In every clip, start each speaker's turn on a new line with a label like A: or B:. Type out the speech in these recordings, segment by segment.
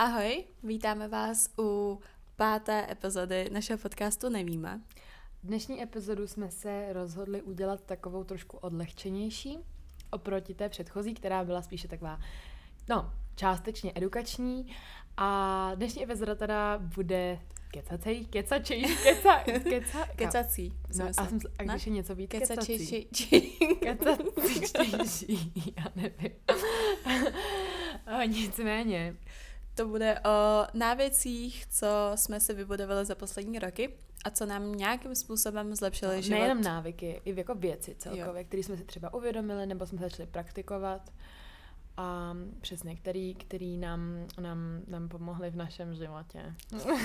A: Ahoj, vítáme vás u 5. epizody našeho podcastu Nevíme.
B: Dnešní epizodu jsme se rozhodli udělat takovou trošku odlehčenější oproti té předchozí, která byla spíše taková, částečně edukační. A dnešní epizoda teda bude kecací.
A: Kecací.
B: A když je něco víc kecací. Kecací, já nevím. Nicméně.
A: To bude o návěcích, co jsme si vybudovali za poslední roky a co nám nějakým způsobem zlepšily život.
B: Nejenom návyky, i jako věci celkově, které jsme si třeba uvědomili, nebo jsme začali praktikovat. A přesně, který nám pomohli v našem životě.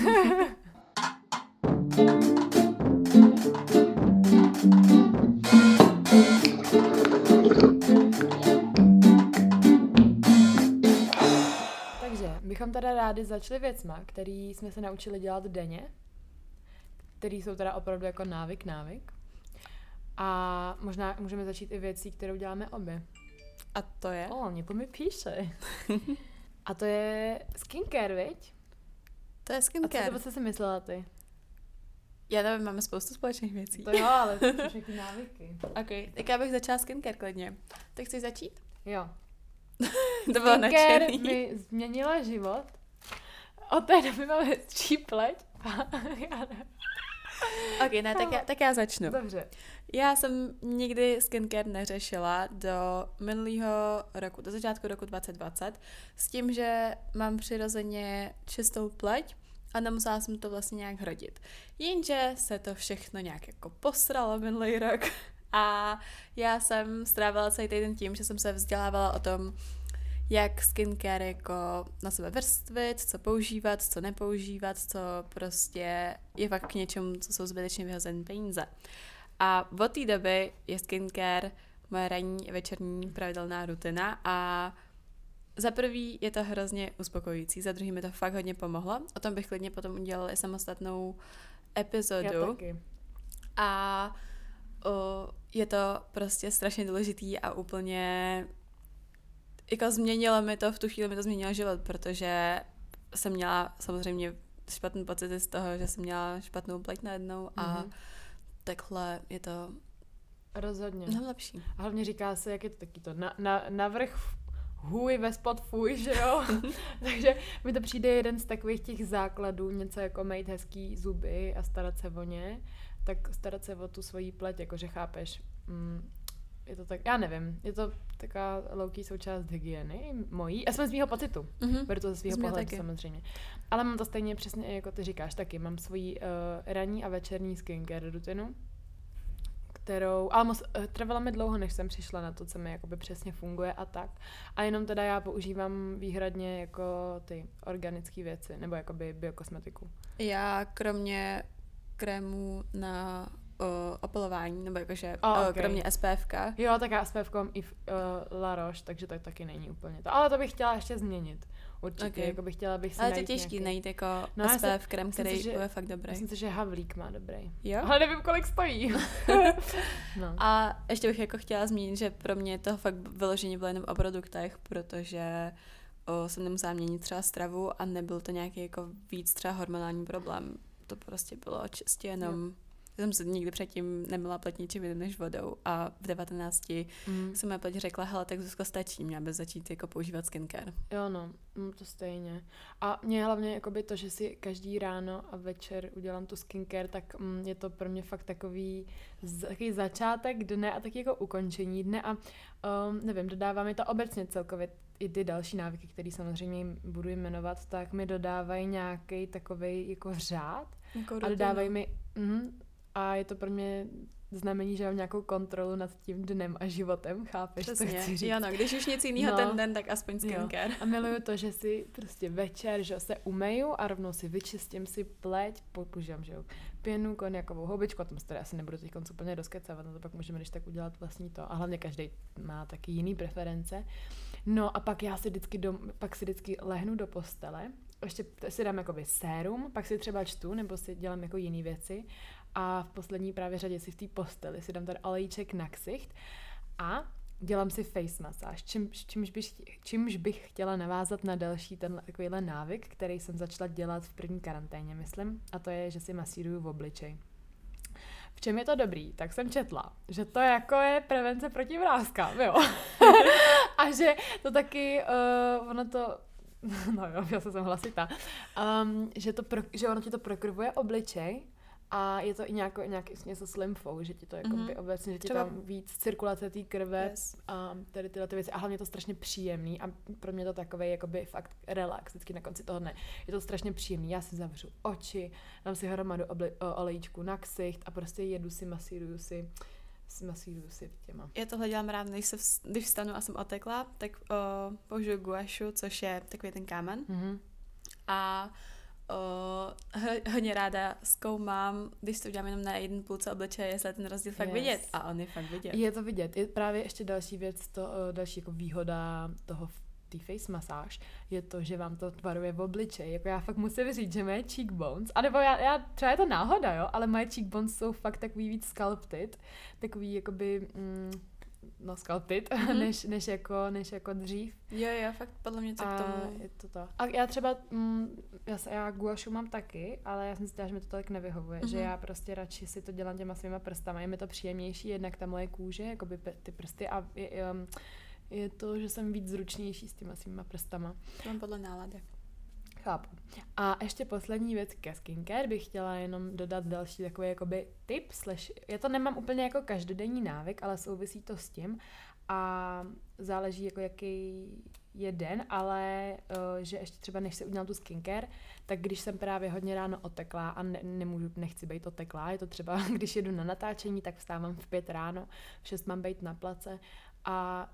B: Takže bychom teda rádi začali věcma, který jsme se naučili dělat denně, který jsou teda opravdu jako návyk. A možná můžeme začít i věcí, kterou děláme obě.
A: A to je?
B: Někdo mi píše. A to je skincare, viď?
A: To je skincare.
B: A co jsi si myslela ty?
A: Já nevím, máme spoustu společných věcí.
B: To jo, ale to jsou všechny návyky.
A: Ok, tak já bych začala skincare klidně. Tak chceš začít?
B: Jo.
A: To bylo nadšený.
B: Skincare mi změnila život. Od té doby mám hezčí pleť.
A: Ok, ne, tak já začnu.
B: Dobře.
A: Já jsem nikdy skincare neřešila do minulého roku, do začátku roku 2020, s tím, že mám přirozeně čistou pleť a nemusela jsem to vlastně nějak hrodit. Jenže se to všechno nějak jako posralo minulý rok a já jsem strávila celý týden tím, že jsem se vzdělávala o tom, jak skincare jako na sebe vrstvit, co používat, co nepoužívat, co prostě je fakt k něčemu, co jsou zbytečně vyhozené peníze. A od té doby je skincare moje ranní večerní pravidelná rutina a za prvý je to hrozně uspokojující, za druhý mi to fakt hodně pomohlo. O tom bych klidně potom udělala i samostatnou epizodu.
B: Já taky.
A: A je to prostě strašně důležitý a úplně jako změnilo mi to, v tu chvíli mi to změnilo život, protože jsem měla samozřejmě špatný pocity z toho, že jsem měla špatnou pleť najednou a takhle je to
B: rozhodně
A: lepší.
B: A hlavně říká se, jak je to taky to navrch hůj ve spod fuj, že jo? Takže mi to přijde jeden z takových těch základů, něco jako mít hezký zuby a starat se o ně, tak starat se o tu svoji pleť, jakože chápeš, je to tak, já nevím, je to taková low-key součást hygieny mojí, aspoň z mýho pocitu, beru to ze svýho pohledu samozřejmě. Ale mám to stejně přesně, jako ty říkáš taky, mám svoji ranní a večerní skincare rutinu, kterou, ale trvalo mi dlouho, než jsem přišla na to, co mi jakoby přesně funguje a tak. A jenom teda já používám výhradně jako ty organické věci, nebo jakoby biokosmetiku.
A: Já kromě krémů na opalování, nebo jakože kromě SPFka.
B: Jo, tak já SPFko mám i La Roche, takže to taky není úplně to. Ale to bych chtěla ještě změnit. Určitě, jako bych chtěla, abych si
A: ale to je těžký najít jako SPF krém, který je fakt dobrý.
B: Myslím si, že Havlík má dobrý.
A: Jo?
B: Ale nevím, kolik stojí.
A: No. A ještě bych jako chtěla zmínit, že pro mě to fakt vyloženě bylo jenom o produktech, protože jsem nemusela měnit třeba stravu a nebyl to nějaký jako víc třeba hormonální problém. To prostě bylo čistě jenom... Já jsem se nikdy předtím nemila pleť ničím jiným než vodou a v 19 jsem moje pleť řekla, hele, tak Zuzko, stačí, měla by začít jako používat skincare.
B: Jo, no, to stejně. A mě hlavně jakoby to, že si každý ráno a večer udělám tu skincare, tak je to pro mě fakt takový začátek dne a taky jako ukončení dne a nevím, dodává mi to obecně celkově i ty další návyky, které samozřejmě budu jmenovat, tak mi dodávají nějaký takovej jako řád a dodávají mi... A je to pro mě znamení, že mám nějakou kontrolu nad tím dnem a životem, chápeš,
A: přesně.
B: Co chci říct.
A: Jo, no, když už nic jiného ten den, tak aspoň skincare.
B: A miluju to, že si prostě večer, že se umeju a rovnou si vyčistím si pleť, používám, že jo, pěnu, konjakovou houbičku, a tom se tady asi nebudu teď úplně rozkecávat, no to pak můžeme když tak udělat vlastní to. A hlavně každý má taky jiný preference. No a pak já si vždycky lehnu do postele, ještě si dám jakoby sérum, pak si třeba čtu, nebo si dělám jako jiné věci. A v poslední právě řadě si v té posteli si dám tady olejček na ksicht a dělám si face masáž, čímž bych chtěla navázat na další takovýhle návyk, který jsem začala dělat v první karanténě, myslím, a to je, že si masíruju v obličej. V čem je to dobrý? Tak jsem četla, že to jako je prevence proti vráskám, jo. A že to taky, ono to, no jo, já jsem hlasitá, že ono ti to prokrvuje obličej a je to i nějaký něco s lymfou, že ti to jakoby obecně, že ti tam víc cirkulace té krve a tady tyhle ty věci. A hlavně je to strašně příjemný a pro mě to takovej jakoby fakt relax vždycky na konci toho dne. Je to strašně příjemný, já si zavřu oči, dám si hromadu olejčku na ksicht a prostě jedu si, masíruju si těma.
A: Já tohle dělám rád, když vstanu a jsem otekla, tak použiju guašu, což je takový ten kámen. A hodně ráda zkoumám, když to udělám jenom na jeden půlce obličeje, jestli je ten rozdíl fakt vidět. A on je fakt vidět.
B: Je to vidět. Je právě ještě další věc, další jako výhoda toho té face masáž je to, že vám to tvaruje v obličeji. Jako já fakt musím říct, že moje cheekbones, anebo já třeba je to náhoda, jo, ale moje cheekbones jsou fakt takový víc sculpted, takový jakoby sculpted, než jako dřív.
A: Jo, fakt podle mě to k tomu.
B: Je to. A já třeba, já guašu mám taky, ale já jsem si říkala, že mi to tak nevyhovuje, že já prostě radši si to dělám těma svýma prstama. Je mi to příjemnější, jednak ta moje kůže, jakoby ty prsty a je to, že jsem víc zručnější s těma svýma prstama.
A: To mám podle nálady.
B: Chápu. A ještě poslední věc ke skincare bych chtěla jenom dodat další takový jakoby tip, já to nemám úplně jako každodenní návyk, ale souvisí to s tím a záleží jako jaký je den, ale že ještě třeba než se udělám tu skincare, tak když jsem právě hodně ráno oteklá a nechci být oteklá, je to třeba, když jedu na natáčení, tak vstávám v 5 ráno, v 6 mám být na place a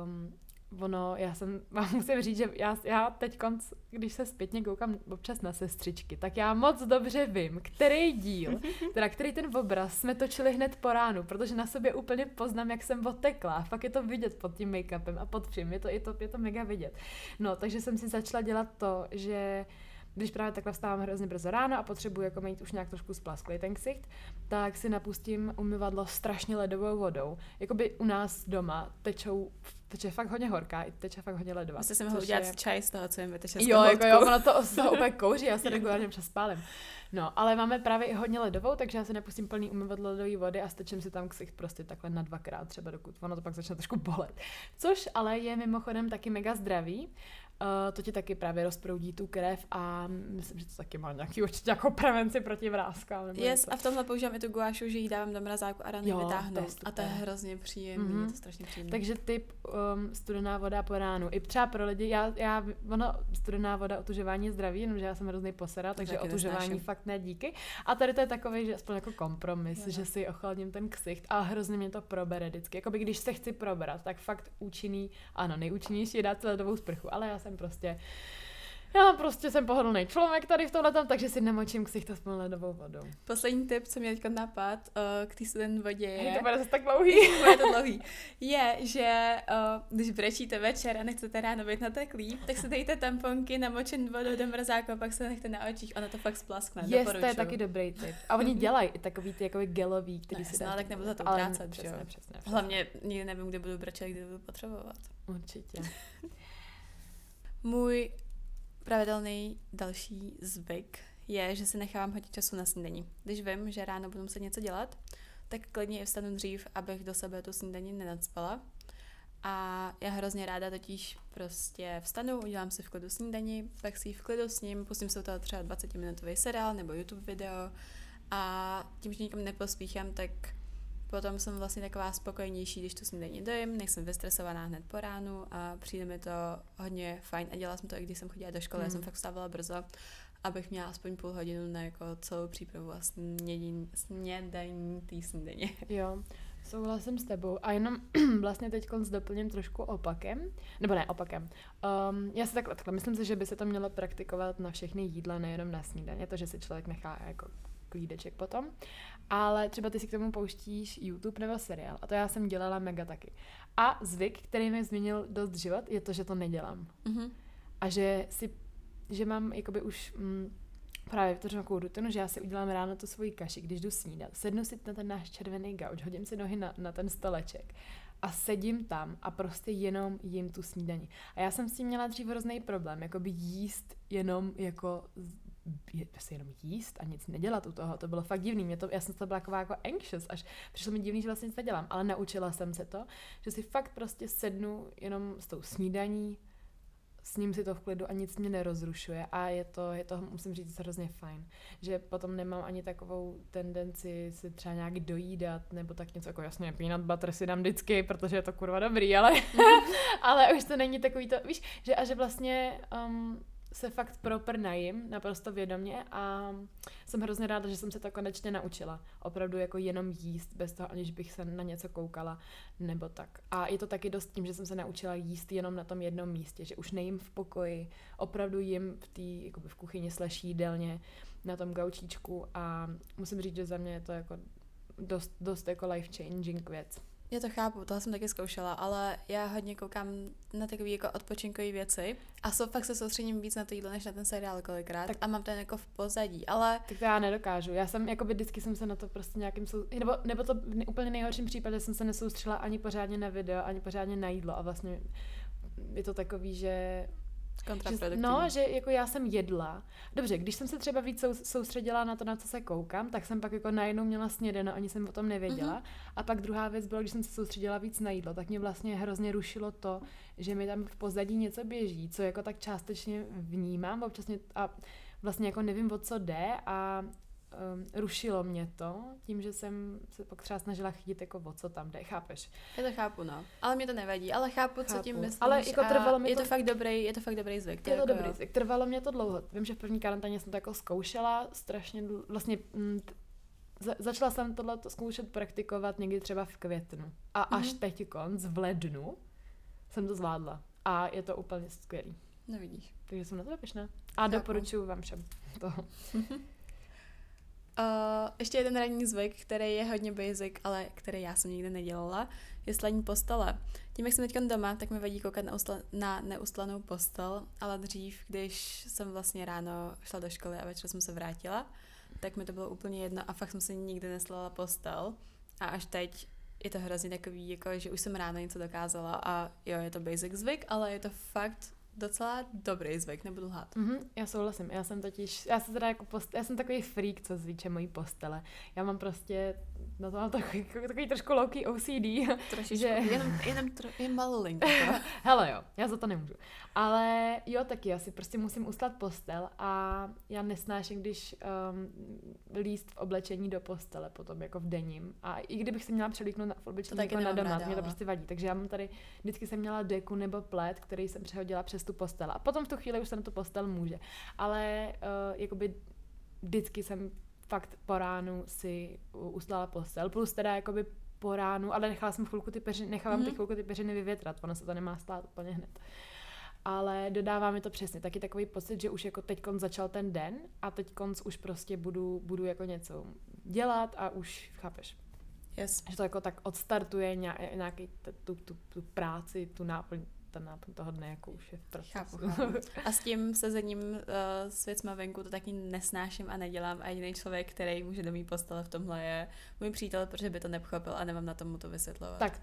B: vám musím říct, že já teď, když se zpětně koukám občas na sestřičky, tak já moc dobře vím, který díl, který ten obraz jsme točili hned po ránu, protože na sobě úplně poznám, jak jsem otekla. Fakt je to vidět pod tím make-upem a pod vším, je to mega vidět. No, takže jsem si začala dělat to, že když právě takhle vstávám hrozně brzo ráno a potřebuji jako mít už nějak trošku splasklý ten ksicht, tak si napustím umyvadlo strašně ledovou vodou. Jakoby u nás doma teče fakt hodně horká, teče fakt hodně ledová.
A: Jste si mohli udělat čaj z toho, co jim vyteče z
B: Jo, ono to úplně kouří, já se regulárně přespálím. No, ale máme právě i hodně ledovou, takže já se nepustím plný umyvadlo ledové vody a stečím si tam ksicht prostě takhle na 2krát, třeba dokud ono to pak začne trošku bolet. Což ale je mimochodem taky mega zdravý. To ti taky právě rozproudí tu krev a myslím, že to taky má nějaký určitě jako prevenci proti vrázkám.
A: A v tomhle používám i tu guášu, že ji dávám do mrazáku a ráno vytáhnu. A to je hrozně příjemný, je to strašně příjemný.
B: Takže tip studená voda po ránu. I třeba pro lidi, studená voda, otužování je zdraví, jenomže já jsem hrozný posera, takže otužování fakt ne díky. A tady to je takový, že aspoň jako kompromis, že si ochladím ten ksicht a hrozně mě to probere vždycky. Jakoby když se chci probrat, tak fakt nejúčinnější je dát si ledovou sprchu, ale já jsem pohodlný člověk tady v tomhletom, takže si namočím ksicht aspoň ledovou vodou.
A: Poslední tip, co mě teďka napad k té studené vodě je...
B: To bude zase tak dlouhý.
A: Bude to dlouhý. Je, že když brečíte večer a nechcete ráno být nateklý, tak si dejte tamponky namočený vodou do mrazáku a pak se nechte na očích, ono to fakt splaskne.
B: To je taky dobrý tip. A oni dělají i takový ty jakoby gelový, který si dá.
A: Tak nebudu za to utrácet, že jo?
B: Přesně.
A: Hlavně nikdy nevím, kde budu brečet, kdy budu potřebovat.
B: Určitě.
A: Můj pravidelný další zvyk je, že si nechávám hodně času na snídani. Když vím, že ráno budu muset něco dělat, tak klidně i vstanu dřív, abych do sebe tu snídani nenacpala. A já hrozně ráda totiž prostě vstanu, udělám si v klidu snídani, pak si ji v klidu sním, pustím se u toho třeba 20-minutový seriál nebo YouTube video a tím, že nikam nepospíchám, tak potom jsem vlastně taková spokojenější, když tu snídani dojím, nejsem vystresovaná hned po ránu a přijde mi to hodně fajn a dělala jsem to, i když jsem chodila do školy, já jsem fakt vstávala brzo, abych měla aspoň půl hodinu na jako celou přípravu a snědaní té snídaně.
B: Jo, souhlasím s tebou a jenom vlastně teď doplním trošku opakem, nebo ne opakem. Já si takhle, myslím si, že by se to mělo praktikovat na všechny jídla, nejenom na snídaně, to, že si člověk nechá jako klídeček potom, ale třeba ty si k tomu pouštíš YouTube nebo seriál a to já jsem dělala mega taky. A zvyk, který mi změnil dost život, je to, že to nedělám. A že mám jakoby už právě vytvořenou takovou rutinu, že já si udělám ráno tu svoji kaši, když jdu snídat. Sednu si na ten náš červený gauč, hodím si nohy na ten stoleček a sedím tam a prostě jenom jím tu snídani. A já jsem s tím měla dřív hrozný problém, jakoby jíst jenom jako jenom jíst a nic nedělat u toho, to bylo fakt divný, já jsem to byla taková jako anxious, až přišlo mi divný, že vlastně nic nedělám, ale naučila jsem se to, že si fakt prostě sednu jenom s tou snídaní, sním si to v klidu a nic mě nerozrušuje a je to musím říct, hrozně fajn, že potom nemám ani takovou tendenci si třeba nějak dojídat, nebo tak něco jako jasně, peanut butter si dám vždycky, protože je to kurva dobrý, ale už to není takový to, víš, že vlastně se fakt proper najím, naprosto vědomě a jsem hrozně ráda, že jsem se to konečně naučila. Opravdu jako jenom jíst, bez toho, aniž bych se na něco koukala, nebo tak. A je to taky dost tím, že jsem se naučila jíst jenom na tom jednom místě, že už nejím v pokoji, opravdu jím v kuchyni / jídelně, na tom gaučíčku a musím říct, že za mě je to jako dost jako life changing věc.
A: Já to chápu, toho jsem taky zkoušela, ale já hodně koukám na takové jako odpočinkové věci a fakt se soustředím víc na to jídlo, než na ten seriál kolikrát a mám to jako v pozadí, ale...
B: Tak to já nedokážu, já jsem, jakoby vždycky jsem se na to prostě nějakým... Nebo to v úplně nejhorším případě jsem se nesoustředila ani pořádně na video, ani pořádně na jídlo a vlastně je to takový, že...
A: kontraproduktivní.
B: Že jako já jsem jedla. Dobře, když jsem se třeba víc soustředila na to, na co se koukám, tak jsem pak jako najednou měla snědeno, ani jsem o tom nevěděla. A pak druhá věc byla, když jsem se soustředila víc na jídlo, tak mě vlastně hrozně rušilo to, že mi tam v pozadí něco běží, co jako tak částečně vnímám občas a vlastně jako nevím, o co jde a rušilo mě to, tím, že jsem se pak třeba snažila chytit jako o co tam jde, chápeš?
A: Já to chápu, no. Ale mě to nevadí, ale chápu. Co tím myslíš.
B: Ale jako trvalo mi
A: je to fakt dobrý zvyk.
B: Je to dobrý zvyk. Trvalo mě to dlouho. Vím, že v první karanténě jsem to jako zkoušela strašně vlastně začala jsem tohleto zkoušet praktikovat někdy třeba v květnu. A až teďkonc v lednu jsem to zvládla. A je to úplně skvělý.
A: No vidíš.
B: Takže jsem na to pyšná. A doporučuji vám všem toho.
A: Ještě jeden ranní zvyk, který je hodně basic, ale který já jsem nikdy nedělala, je slaní postele. Tím, jak jsem teď doma, tak mi vadí koukat na neustlanou postel, ale dřív, když jsem vlastně ráno šla do školy a večer jsem se vrátila, tak mi to bylo úplně jedno a fakt jsem si nikdy neslala postel. A až teď je to hrozně takový, jako, že už jsem ráno něco dokázala a jo, je to basic zvyk, ale je to fakt docela dobrý zvyk, nebudu lhát.
B: Já souhlasím, já jsem takový freak, co se týče mojí postele. Já mám prostě, na to mám takový trošku low-key OCD.
A: Trošičku, jen malolinko.
B: Hele jo, já za to nemůžu. Ale jo, taky já si prostě musím ustat postel a já nesnáším, když líst v oblečení do postele, potom jako v dením. A i kdybych si měla přelíknout v oblečení jako na doma, mě to prostě vadí. Takže já mám tady, vždycky jsem měla deku nebo plet, který jsem přehodila přes tu postel. A potom v tu chvíli už se na tu postel může. Ale jakoby vždycky jsem fakt po ránu si ustlala postel. Plus teda jakoby po ránu, ale nechala jsem chvilku ty peřiny vyvětrat. Ono se to nemá stát úplně hned. Ale dodává mi to přesně. Taky takový pocit, že už jako teďkonc začal ten den a teďkonc už prostě budu jako něco dělat a už, chápeš?
A: Yes.
B: Že to jako tak odstartuje nějaký tu práci, ten náplň toho dne, jako už je v procesu.
A: Chápu. A s tím sezením s věcma venku to taky nesnáším a nedělám a jediný člověk, který může do mý postele v tomhle je můj přítel, protože by to nepochopil a nemám na tomu to vysvětlovat.
B: Tak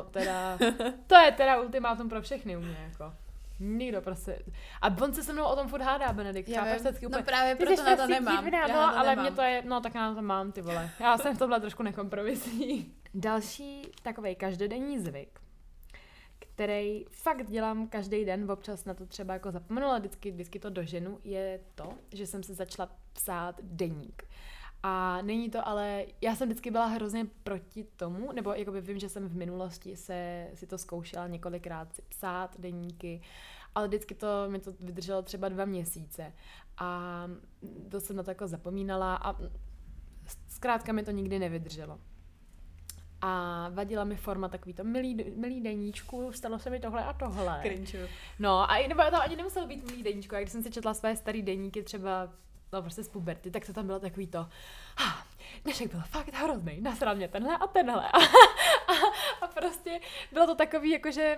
B: to je teda ultimátum pro všechny u mě, jako. Nikdo prostě. A on se mnou o tom furt hádá, Benedikt.
A: No právě proto na to nemám.
B: Ale mě to je, tak já na to mám, ty vole. Já jsem v tomhle trošku nekompromisní. Další takovej každodenní zvyk, který fakt dělám každý den, občas na to třeba jako zapomenu, ale vždycky to doženu, je to, že jsem si začala psát deník. A není to ale, já jsem vždycky byla hrozně proti tomu, nebo jakoby vím, že jsem v minulosti si to zkoušela několikrát si psát deníky, ale vždycky mi to vydrželo třeba 2 měsíce a to jsem na to jako zapomínala a zkrátka mi to nikdy nevydrželo. A vadila mi forma takovýto milý deníčku, stalo se mi tohle a tohle.
A: Cringe.
B: No a nebo to ani nemuselo být milý deníčku, jak když jsem si četla své starý deníky třeba prostě z puberty, tak to tam bylo takový to dnešek byl fakt hrozný, nasral mě tenhle a tenhle. A prostě bylo to takový jakože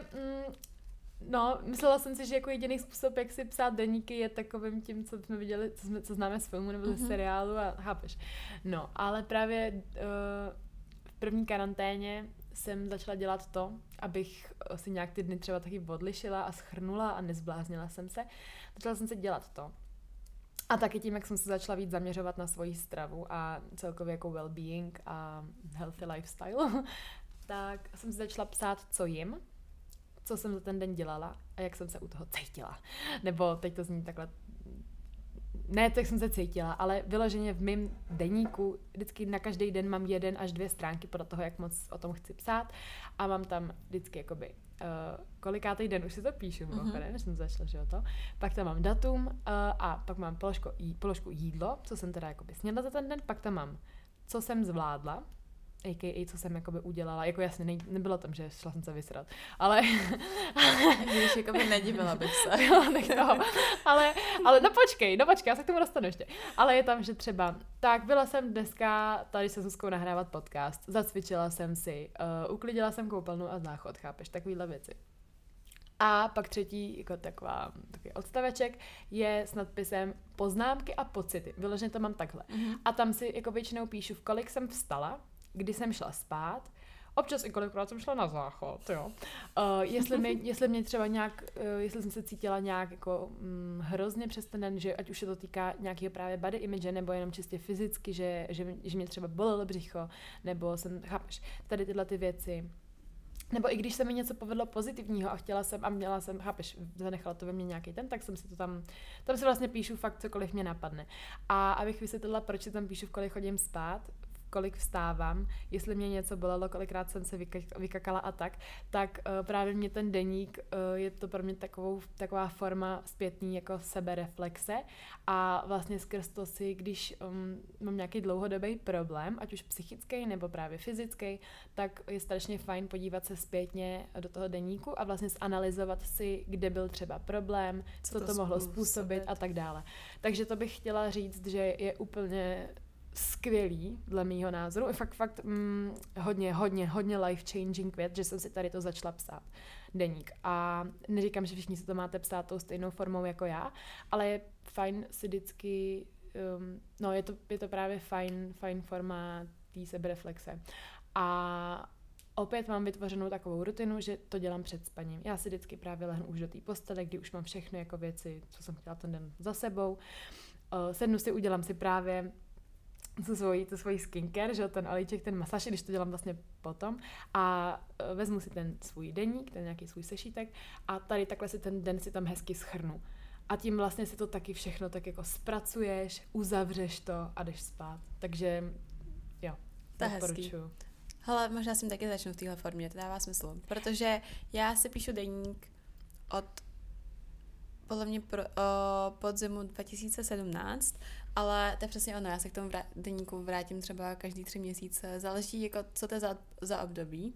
B: myslela jsem si, že jako jediný způsob, jak si psát deníky, je takovým tím, co jsme viděli, co známe z filmu nebo ze seriálu a chápeš. No, ale právě v první karanténě jsem začala dělat to, abych si nějak ty dny třeba taky odlišila a schrnula a nezbláznila jsem se. Začala jsem se dělat to. A taky tím, jak jsem se začala víc zaměřovat na svoji stravu a celkově jako well-being a healthy lifestyle, tak jsem se začala psát, co jim, co jsem za ten den dělala a jak jsem se u toho cítila. Nebo teď to zní takhle, ne, tak jsem se cítila, ale vyloženě v mém deníku vždycky na každý den mám 1 až 2 stránky podle toho, jak moc o tom chci psát a mám tam vždycky jakoby kolikátej den už si to píšu, než jsem začala, že jo to. Pak tam mám datum a pak mám položku jídlo, co jsem teda jakoby snědla za ten den, pak tam mám, co jsem zvládla, a.k.a. co jsem jakoby udělala, jako jasně nebylo tam, že šla jsem se vysrat, ale
A: když jakoby nedivila bych se.
B: ale no počkej, já se k tomu dostanu ještě. Ale je tam, že třeba, tak byla jsem dneska tady se Zuzkou nahrávat podcast, zacvičila jsem si, uklidila jsem koupelnu a záchod, chápeš, takovýhle věci. A pak třetí, jako takový odstaveček, je s nadpisem poznámky a pocity. Vyloženě to mám takhle. A tam si jako většinou píšu, v kolik jsem vstala, kdy jsem šla spát, občas i kolikrát jsem šla na záchod, jo. Jestli mě třeba nějak, jestli jsem se cítila nějak jako hrozně přes ten den, že ať už se to týká nějakého právě body image, nebo jenom čistě fyzicky, že mě třeba bolelo břicho, nebo jsem, chápeš, tady tyhle ty věci. Nebo i když se mi něco povedlo pozitivního a chtěla jsem a měla jsem, chápeš, zanechala to ve mně nějaký ten, tak jsem si to tam si vlastně píšu fakt cokoliv mě napadne. A abych vysvětlila, proč si tam píšu, v kolik chodím spát, kolik vstávám, jestli mě něco bolelo, kolikrát jsem se vykakala a tak právě mě ten deník je to pro mě taková forma zpětný jako sebereflexe a vlastně skrz to si, když mám nějaký dlouhodobý problém, ať už psychický nebo právě fyzický, tak je strašně fajn podívat se zpětně do toho deníku a vlastně zanalyzovat si, kde byl třeba problém, co to mohlo způsobit a tak dále. Takže to bych chtěla říct, že je úplně skvělý, dle mýho názoru. Fakt hodně life-changing věc, že jsem si tady to začala psát. Deník. A neříkám, že všichni si to máte psát tou stejnou formou jako já, ale je fajn si vždycky, je to právě fajn forma té sebereflexe. A opět mám vytvořenou takovou rutinu, že to dělám před spaním. Já si vždycky právě lehnu už do té postele, kdy už mám všechny jako věci, co jsem chtěla ten den za sebou. Sednu si, udělám si právě tu svoji skincare, že ten olejček, ten masáž, když to dělám vlastně potom a vezmu si ten svůj deník, ten nějaký svůj sešítek a tady takhle si ten den si tam hezky schrnu. A tím vlastně si to taky všechno tak jako zpracuješ, uzavřeš to a jdeš spát. Takže jo,
A: to doporučuju. Hele, možná si taky začnu v téhle formě, to dává smysl, protože já si píšu deník od podle mě podzimu 2017, ale to je přesně ono, já se k tomu deníku vrátím třeba každý 3 měsíce, záleží jako co to je za období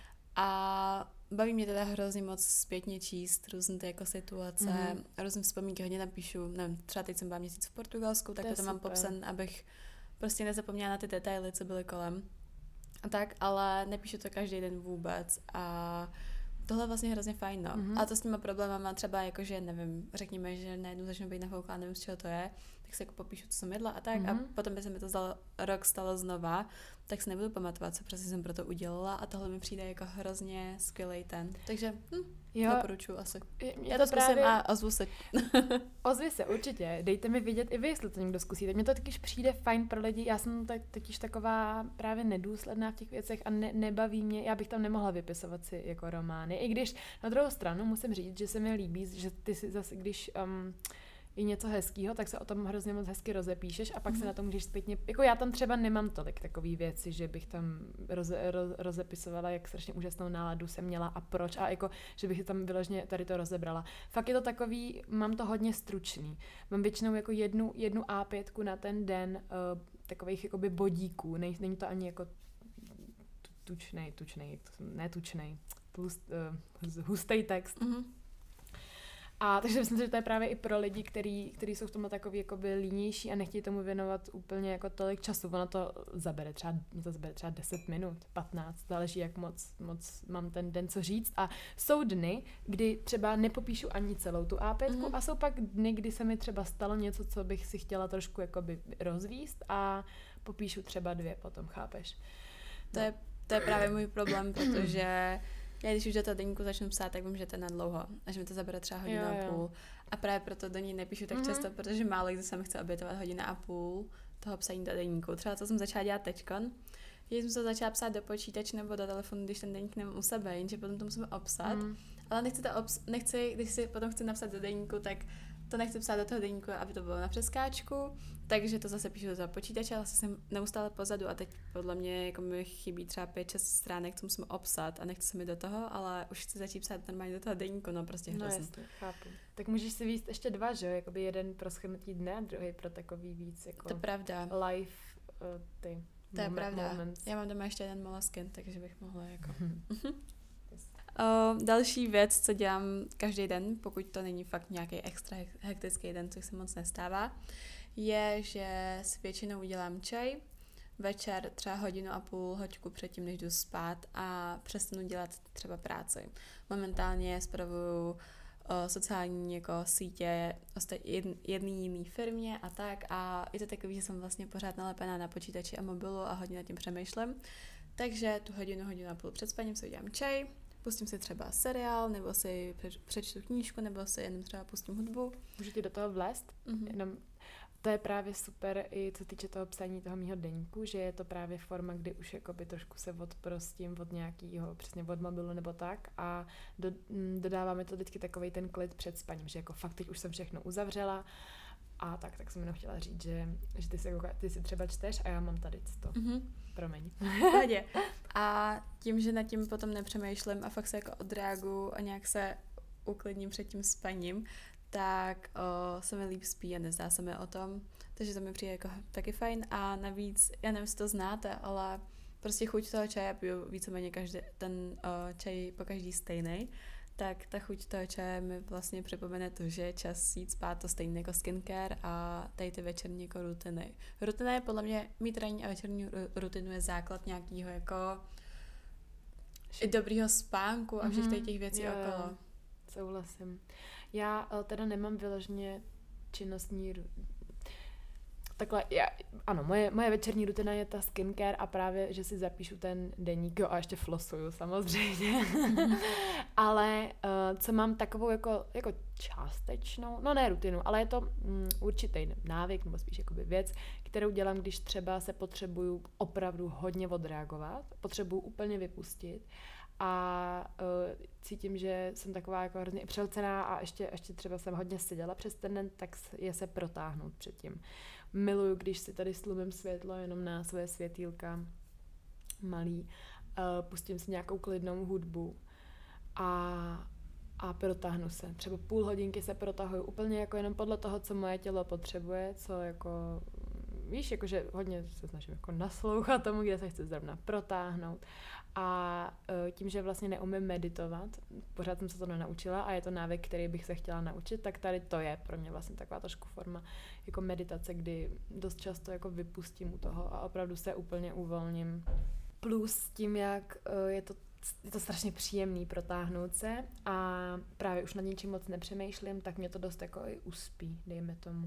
A: a baví mě teda hrozně moc zpětně číst různé ty jako situace, různé vzpomínky, hodně tam píšu, nevím, třeba teď jsem byla měsíc v Portugalsku, tak to mám popsan, abych prostě nezapomněla na ty detaily, co byly kolem a tak, ale nepíšu to každý den vůbec a tohle je vlastně hrozně fajn, no. A to s těma problémama třeba jakože, nevím, řekněme, že najednou začnu být nafouklá, nevím, z čeho to je, tak si jako popíšu, co jsem jedla a tak a potom by se mi to za rok stalo znova, tak si nebudu pamatovat, co přesně jsem pro to udělala a tohle mi přijde jako hrozně skvělej ten. Takže doporučuji asi. Já to zkusím a ozvu se.
B: Ozvi se, určitě. Dejte mi vědět i vy, jestli to někdo zkusíte. Mně to taky přijde fajn pro lidi. Já jsem totiž taková právě nedůsledná v těch věcech a nebaví mě. Já bych tam nemohla vypisovat si jako romány. I když na druhou stranu musím říct, že se mi líbí, že ty si zase, když je něco hezkýho, tak se o tom hrozně moc hezky rozepíšeš a pak se na tom můžeš zpětně, jako já tam třeba nemám tolik takový věci, že bych tam rozepisovala, jak strašně úžasnou náladu jsem měla a proč a jako, že bych tam vyloženě tady to rozebrala. Fakt je to takový, mám to hodně stručný. Mám většinou jako jednu A5 na ten den takových jakoby bodíků, není to ani jako tučnej, hustý text. A takže myslím, že to je právě i pro lidi, kteří jsou v tomhle takový jakoby línější a nechtějí tomu věnovat úplně jako tolik času. Ono to zabere třeba 10 minut, 15, záleží, jak moc mám ten den co říct. A jsou dny, kdy třeba nepopíšu ani celou tu A5 a jsou pak dny, kdy se mi třeba stalo něco, co bych si chtěla trošku jakoby rozvíst a popíšu třeba 2 potom, chápeš?
A: To to je právě můj problém, protože já když už do toho deníku začnu psát, tak vím, že to je na dlouho, až mi to zabere třeba hodinu a půl. A právě proto do ní nepíšu tak často, protože málo kdy se mi chce obětovat hodina a půl toho psaní do deníku. Třeba to jsem začala dělat teďkon, že jsem to začala psát do počítače nebo do telefonu, když ten deník nemám u sebe, jenže potom to musím obsat. Ale nechci, když si potom chci napsat do deníku, tak to nechci psát do toho deníku, aby to bylo na přeskáčku, takže to zase píšu do toho počítače, ale jsem neustále pozadu a teď podle mě jako mi chybí třeba 5-6 stránek, co musím obsat a nechci se mi do toho, ale už chci začít psát normálně do toho deníku, no prostě hrozně.
B: No jasně, chápu. Tak můžeš si víc ještě 2, že jo? Jakoby jeden pro shrnutí dne a druhý pro takový víc jako
A: to je pravda.
B: Live ty
A: to je pravda.
B: Moments.
A: Já mám doma ještě jeden Moleskine, takže bych mohla jako... Další věc, co dělám každý den, pokud to není fakt nějaký extra hektický den, což se moc nestává, je, že si většinou udělám čaj, večer třeba hodinu a půl, hoďku předtím, než jdu spát a přestanu dělat třeba práci. Momentálně spravuju sociální jako sítě jedný jiný firmě a tak a je to takový, že jsem vlastně pořád nalepená na počítači a mobilu a hodně nad tím přemýšlím. Takže tu hodinu a půl před spaním si udělám čaj, pustím si třeba seriál, nebo si přečtu knížku, nebo si jenom třeba pustím hudbu.
B: Můžu ti do toho vlézt? Jenom to je právě super i co týče toho psaní toho mýho deníku, že je to právě forma, kdy už jakoby trošku se odprostím od nějakého, přesně od mobilu nebo tak a dodáváme to vždycky takovej ten klid před spaním, že jako fakt teď už jsem všechno uzavřela a tak jsem jenom chtěla říct, že ty si třeba čteš a já mám tady to. Promiň.
A: Pohodě. A tím, že nad tím potom nepřemýšlím a fakt se jako odreaguju a nějak se uklidním před tím spaním, tak se mi líp spí a nezdá se mi o tom. Takže to mi přijde jako taky fajn a navíc, já nevím, jestli to znáte, ale prostě chuť toho čaje, piju víceméně ten čaj po každý stejný, tak ta chuť toho čaje mi vlastně připomene to, že je čas jít spát to stejné jako skincare a tady ty večerní jako rutiny. Rutina je podle mě, mít ranní a večerní rutinu je základ nějakého jako i dobrýho spánku a všech těch věcí okolo.
B: Souhlasím. Já teda nemám vyloženě činnostní takhle, moje večerní rutina je ta skincare a právě, že si zapíšu ten deník, jo, a ještě flosuju samozřejmě, ale co mám takovou jako částečnou, no ne rutinu, ale je to určitý návyk, nebo spíš jakoby věc, kterou dělám, když třeba se potřebuju opravdu hodně odreagovat, potřebuju úplně vypustit a cítím, že jsem taková jako hrozně přelcená a ještě třeba jsem hodně seděla přes ten den, tak je se protáhnout předtím. Miluju, když si tady slumím světlo jenom na své světýlka malý, pustím si nějakou klidnou hudbu a protáhnu se. Třeba půl hodinky se protahuju úplně jako jenom podle toho, co moje tělo potřebuje, co jako víš, jakože hodně se snažím jako naslouchat tomu, kde se chci zrovna protáhnout. A tím, že vlastně neumím meditovat, pořád jsem se to nenaučila a je to návyk, který bych se chtěla naučit, tak tady to je pro mě vlastně taková trošku forma jako meditace, kdy dost často jako vypustím u toho a opravdu se úplně uvolním. Plus tím, jak je to strašně příjemný protáhnout se a právě už nad ničím moc nepřemýšlím, tak mě to dost jako i uspí, dejme tomu.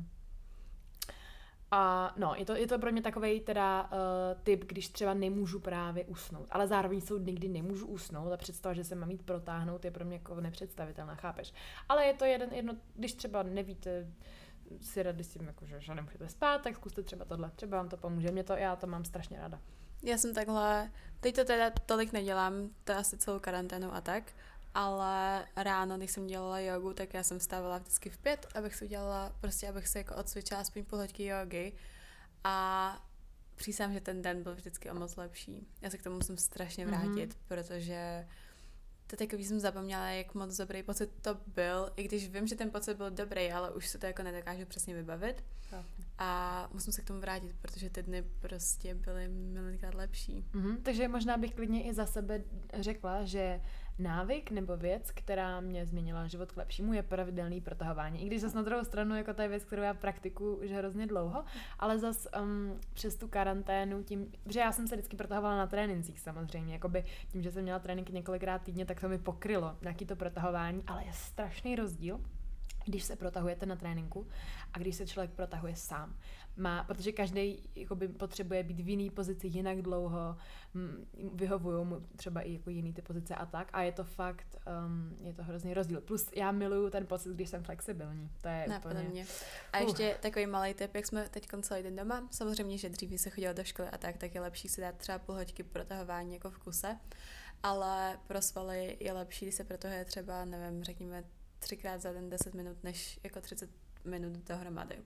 B: A no, je to pro mě takovej teda typ, když třeba nemůžu právě usnout, ale zároveň jsou dny, kdy nemůžu usnout a představa, že se mám jít protáhnout, je pro mě jako nepředstavitelná, chápeš? Ale je to jedno, když třeba nevíte si rady s tím, jako, že nemůžete spát, tak zkuste třeba tohle, třeba vám to pomůže, já to mám strašně ráda.
A: Já jsem takhle, teď to teda tolik nedělám, to je asi celou karanténu a tak, ale ráno, když jsem dělala jogu, tak já jsem vstávala vždycky v 5, abych se jako odcvičila aspoň půl hoďky jogy a přísám, že ten den byl vždycky o moc lepší. Já se k tomu musím strašně vrátit, protože to takový jsem zapomněla, jak moc dobrý pocit to byl, i když vím, že ten pocit byl dobrý, ale už se to jako nedokážu přesně vybavit. A musím se k tomu vrátit, protože ty dny prostě byly milionkrát lepší.
B: Takže možná bych klidně i za sebe řekla, že návyk nebo věc, která mě změnila život k lepšímu, je pravidelný protahování. I když zase na druhou stranu, jako to je věc, kterou já praktikuju už hrozně dlouho, ale zase přes tu karanténu tím, že já jsem se vždycky protahovala na trénincích samozřejmě, jakoby tím, že jsem měla tréninky několikrát týdně, tak to mi pokrylo nějaký to protahování, ale je strašný rozdíl, když se protahujete na tréninku a když se člověk protahuje sám. Protože každý jakoby potřebuje být v jiný pozici jinak dlouho, vyhovují mu třeba i jako jiný ty pozice a tak a je to fakt, je to hrozný rozdíl. Plus já miluju ten pocit, když jsem flexibilní. To je úplně...
A: A ještě takový malý tip, jak jsme teď celý den doma, samozřejmě, že dřív se chodila do školy a tak je lepší si dát třeba půl hoďky protahování jako v kuse, ale pro svaly je lepší, když se protahuje třeba, nevím, řekněme 3x za den 10 minut, než jako 30 minut dohromady.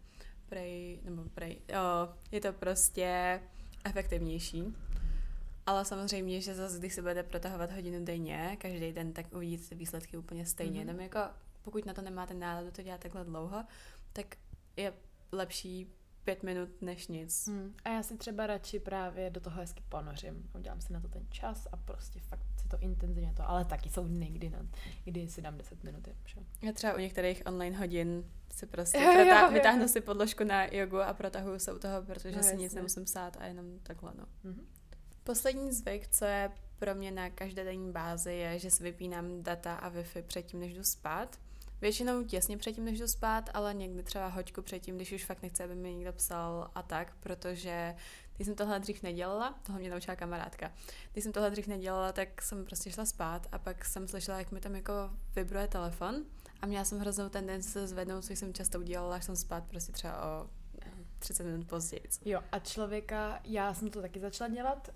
A: Je to prostě efektivnější. Ale samozřejmě, že zase, když se budete protahovat hodinu denně, každý den, tak uvidíte ty výsledky úplně stejně. Jenom jako, pokud na to nemáte náladu to dělat takhle dlouho, tak je lepší 5 minut než nic.
B: A já si třeba radši právě do toho hezky ponořím. Udělám si na to ten čas a prostě fakt si to intenzivně to, ale taky jsou dny, kdy si dám 10 minut.
A: Já třeba u některých online hodin si prostě vytáhnu si podložku na jogu a protahuju se u toho, protože si nic nemusím psát a jenom takhle, no. Poslední zvyk, co je pro mě na každodenní bázi, je, že si vypínám data a Wi-Fi předtím, než jdu spát. Většinou těsně předtím, než jdu spát, ale někdy třeba hoďku předtím, když už fakt nechce, aby mi někdo psal a tak, protože když jsem tohle dřív nedělala, tohle mě naučila kamarádka, když jsem tohle dřív nedělala, tak jsem prostě šla spát a pak jsem slyšela, jak mi tam jako vibruje telefon a měla jsem hroznou tendenci se zvednout, což jsem často udělala, až jsem spát prostě třeba o 30 minut později.
B: Jo, a člověka, já jsem to taky začala dělat,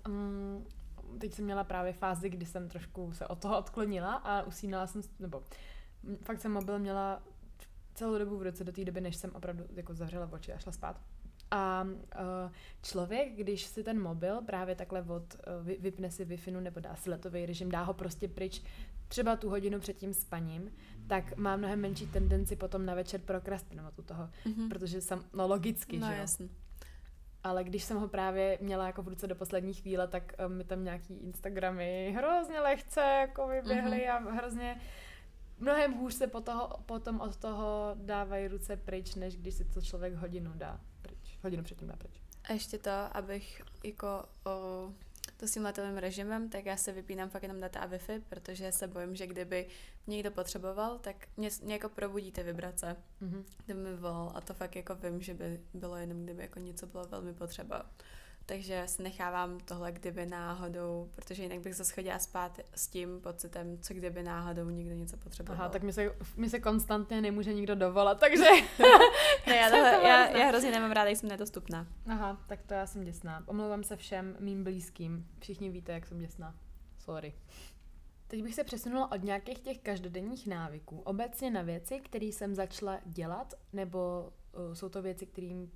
B: teď jsem měla právě fázi, kdy jsem trošku se od toho odklonila a usínala jsem, nebo fakt jsem mobil měla celou dobu v ruce do té doby, než jsem opravdu jako zavřela oči a šla spát. A člověk, když si ten mobil právě takhle vypne si Wi-Fi nebo dá si letový režim, dá ho prostě pryč třeba tu hodinu před tím spaním, tak má mnohem menší tendenci potom na večer prokrastinovat u toho, protože logicky, že jo.
A: Jasný.
B: Ale když jsem ho právě měla jako v ruce do poslední chvíle, tak mi tam nějaký Instagramy hrozně lehce jako vyběhly a hrozně mnohem hůř se potom od toho dávají ruce pryč, než když si to člověk hodinu předtím dá pryč.
A: A ještě to, abych jako to s tím letovým režimem, tak já se vypínám fakt jenom data a Wi-Fi, protože se bojím, že kdyby někdo potřeboval, tak mě jako probudí ty vibrace, kdyby mi volal a to fakt jako vím, že by bylo jenom, kdyby jako něco bylo velmi potřeba. Takže si nechávám tohle, kdyby náhodou, protože jinak bych zase chodila spát s tím pocitem, co kdyby náhodou někdo něco potřeboval.
B: Aha, tak mi se konstantně nemůže nikdo dovolat, takže...
A: Ne, já hrozně nemám ráda, jsem nedostupná.
B: Aha, tak to já jsem děsná. Omlouvám se všem mým blízkým. Všichni víte, jak jsem děsná. Sorry. Teď bych se přesunula od nějakých těch každodenních návyků obecně na věci, které jsem začala dělat, nebo jsou to věci, kterým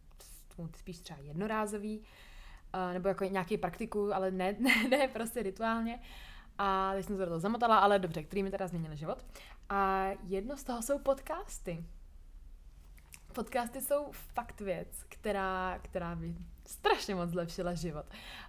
B: spíš třeba jednorázový, nebo jako nějaký praktiku, ale ne prostě rituálně. A teď jsem se do toho zamotala, ale dobře, který mi teda změnili život. A jedno z toho jsou podcasty. Podcasty jsou fakt věc, která mi strašně moc zlepšila život.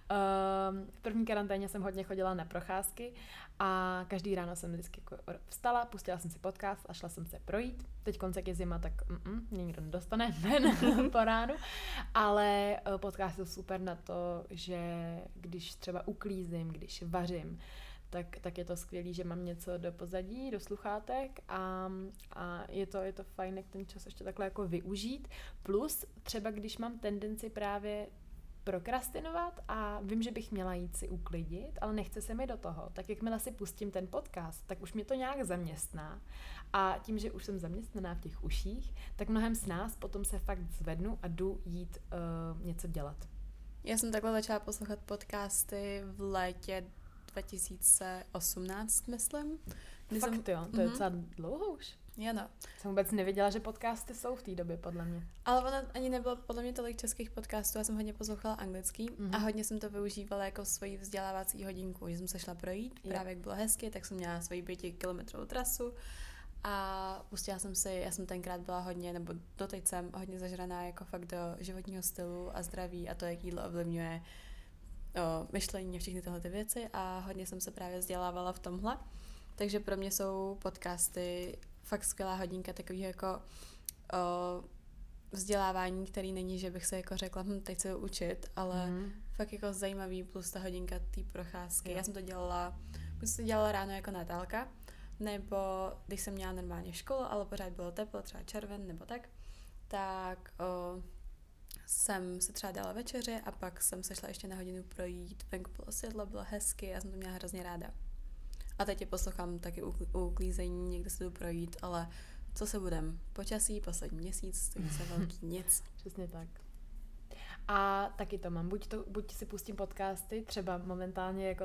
B: V první karanténě jsem hodně chodila na procházky a každý ráno jsem vždycky jako vstala, pustila jsem si podcast a šla jsem se projít. Teď jak je zima, tak mě nikdo nedostane ven po ránu, ale podcast jsou super na to, že když třeba uklízím, když vařím, tak je to skvělý, že mám něco do pozadí, do sluchátek a je to fajn, jak ten čas ještě takhle jako využít. Plus třeba když mám tendenci právě prokrastinovat a vím, že bych měla jít si uklidit, ale nechce se mi do toho, tak jakmile si pustím ten podcast, tak už mě to nějak zaměstná. A tím, že už jsem zaměstnaná v těch uších, tak mnohem s nás potom se fakt zvednu a jdu jít něco dělat.
A: Já jsem takhle začala poslouchat podcasty v létě 2018, myslím.
B: Fakt jo, to je docela dlouho už.
A: Jo, no.
B: Jsem vůbec nevěděla, že podcasty jsou v té době, podle mě.
A: Ale ono ani nebylo podle mě tolik českých podcastů, já jsem hodně poslouchala anglický a hodně jsem to využívala jako svoji vzdělávací hodinku, že jsem se šla projít, právě jak bylo hezky, tak jsem měla svoji 5kilometrovou trasu a pustila jsem si, já jsem tenkrát byla hodně, nebo doteď jsem hodně zažraná jako fakt do životního stylu a zdraví a to, jak jídlo ovlivňuje myšlení a všechny tyhle ty věci a hodně jsem se právě vzdělávala v tomhle. Takže pro mě jsou podcasty fakt skvělá hodinka takového jako vzdělávání, který není, že bych se jako řekla, teď se učit, ale fakt jako zajímavý plus ta hodinka té procházky. Jo. Já jsem to dělala ráno jako Natálka, nebo když jsem měla normálně školu, ale pořád bylo teplo, třeba červen nebo tak jsem se třeba dala večeři a pak jsem se šla ještě na hodinu projít, venku bylo světlo, bylo hezky, já jsem to měla hrozně ráda. A teď je poslouchám taky u uklízení, někde se jdu projít, ale co se budem? Počasí, poslední měsíc, stojí se velký nic.
B: Přesně tak. A taky to mám, buď si pustím podcasty, třeba momentálně jako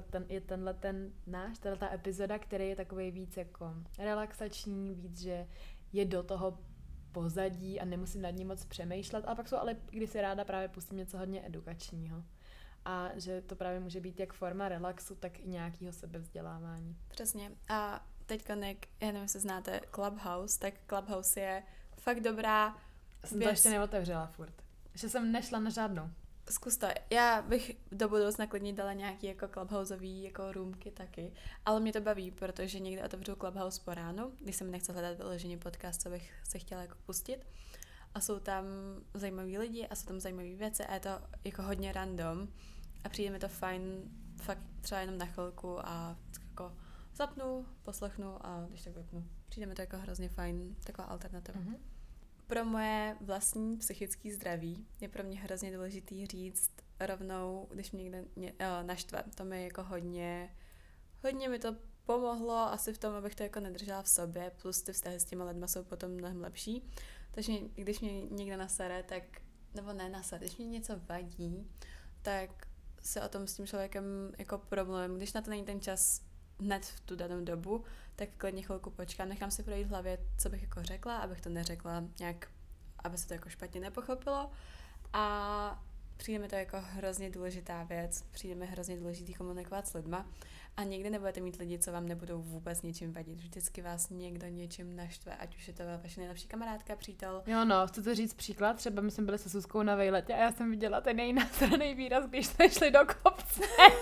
B: tato epizoda, který je takový víc jako relaxační, víc, že je do toho pozadí a nemusím nad ním moc přemýšlet, a pak jsou ale, když si ráda právě pustím něco hodně edukačního. A že to právě může být jak forma relaxu, tak i nějakého sebevzdělávání.
A: Přesně. A teďka, já nevím, jestli znáte Clubhouse, tak Clubhouse je fakt dobrá
B: Jsem to ještě neotevřela furt. Že jsem nešla na žádnou.
A: Zkus to. Já bych do budoucna klidně dala nějaký jako clubhouseový jako roomky taky, ale mě to baví, protože někdy otevřu Clubhouse po ránu, když se mi nechce hledat vyloženě podcast, co bych se chtěla jako pustit. A jsou tam zajímaví lidi a jsou tam zajímavé věci a je to jako hodně random a přijde mi to fajn fakt třeba jenom na chvilku a jako zapnu, poslechnu a když tak vypnu. Přijde mi to jako hrozně fajn, taková alternativa.
B: Mm-hmm.
A: Pro moje vlastní psychické zdraví je pro mě hrozně důležitý říct rovnou, když mě někde naštve. To mi jako hodně mi to pomohlo asi v tom, abych to jako nedržela v sobě, plus ty vztahy s těma lidma jsou potom mnohem lepší. Takže když mě někde nasere, tak, nebo ne nasere, když mě něco vadí, tak se o tom s tím člověkem jako problém, když na to není ten čas hned v tu danou dobu, tak klidně chvilku počkám, nechám si projít v hlavě, co bych jako řekla, abych to neřekla nějak, aby se to jako špatně nepochopilo. A přijde mi to jako hrozně důležitá věc, přijde mi hrozně důležitý komunikovat s lidma a nikdy nebudete mít lidi, co vám nebudou vůbec ničím vadit. Vždycky vás někdo něčím naštve, ať už je to vaše nejlepší kamarádka, přítel.
B: Jo no, chci to říct příklad, třeba my jsme byli se Zuzkou na vejletě a já jsem viděla ten její následný výraz, když jsme šli do kopce.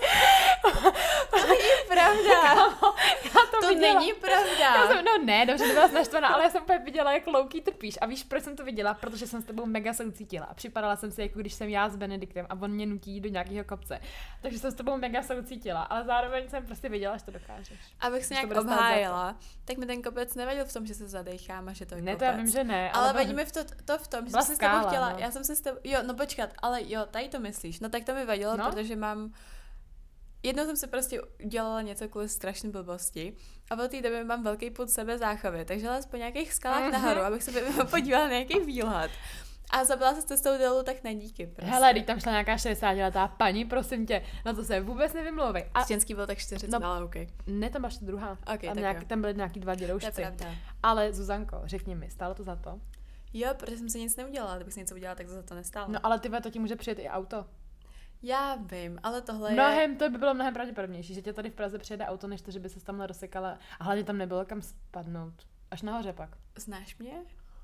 A: To není pravda. To
B: viděla.
A: není pravda.
B: Dobře, nebyla jsi naštvaná, ale já jsem úplně viděla, jak louký trpíš. A víš, proč jsem to viděla? Protože jsem s tebou mega soucítila. A připadala jsem si, jako když jsem já s Benediktem a on mě nutí do nějakého kopce. Takže jsem s tebou mega soucítila, ale zároveň jsem prostě viděla, že to dokážeš.
A: Abych se nějak obhájila, tak mi ten kopec nevadil v tom, že se zadechám a že to je
B: ne,
A: kopec.
B: to já vím, že ne.
A: Ale vadí mi to v tom, že jsem se s tebou chtěla.
B: No.
A: Já jsem se s tebou, jo, no počkat, ale jo, tady to myslíš. No tak to mi vadilo, protože mám jednou jsem se prostě udělala něco kvůli strašné blbosti a v té době mám velký pud sebe záchovy, takže les po nějakých skalách nahoru, abych se podívala na nějaký výhled. A zabila se s cestou dolů, tak na díky. Prostě.
B: Hele, když tam šla nějaká 60letá paní, prosím tě, na to se vůbec nevymlouvej.
A: A ženský byl tak 40, ale okay.
B: Ne, tam máš druhá.
A: Okay,
B: a tam byly nějaký 2 dědoušci.
A: To je pravda.
B: Ale Zuzanko, řekni mi, stálo to za to?
A: Jo, protože jsem se nic neudělala, kdybych si něco udělala, tak to za to nestálo.
B: No ale to ti může přijet i auto.
A: Já vím, ale tohle
B: To by bylo mnohem pravděpodobnější, že tě tady v Praze přijede auto, než to, že by se tam rozsekala a hlavně tam nebylo kam spadnout. Až nahoře pak.
A: Znáš mě?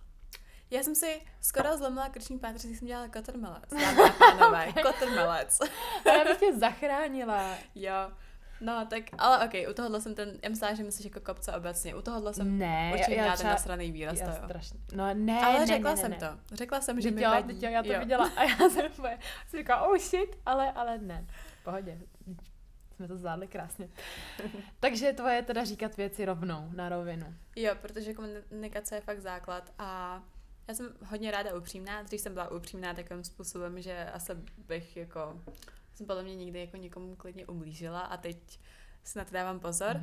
A: Já jsem si skoro zlomila krční páteř, když jsem dělala kotrmelec. Dámy a pánové, kotrmelec.
B: Já bych tě zachránila.
A: Jo. No, tak, ale okej, u tohohle jsem já myslela, že myslíš jako kopce obecně. U tohohle jsem určitě měla ten nasraný výraz, to jo.
B: Strašně. No ne,
A: ale řekla jsem to. Řekla jsem, že mi vadí.
B: Já to viděla a já jsem říkala, oh shit, ale ne. V pohodě. Jsme to zvládli krásně. Takže tvoje je teda říkat věci rovnou, na rovinu.
A: Jo, protože komunikace je fakt základ a já jsem hodně ráda upřímná. Dřív jsem byla upřímná takovým způsobem, že asi bych jako jsem podle mě nikdy jako nikomu klidně ublížila a teď si na to dávám pozor,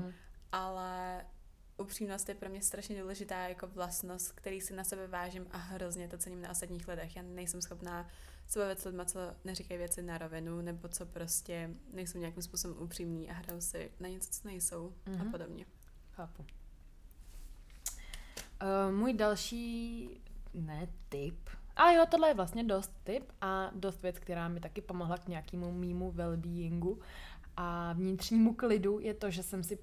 A: ale upřímnost je pro mě strašně důležitá jako vlastnost, který si na sebe vážím a hrozně to cením na ostatních lidech. Já nejsem schopná se bavit s lidma, co neříkají věci na rovinu, nebo co prostě nejsou nějakým způsobem upřímní a hrajou si na něco, co nejsou a podobně.
B: Chápu. Můj další, tip. A jo, tohle je vlastně dost tip a dost věc, která mi taky pomohla k nějakému mýmu well-beingu a vnitřnímu klidu je to, že jsem si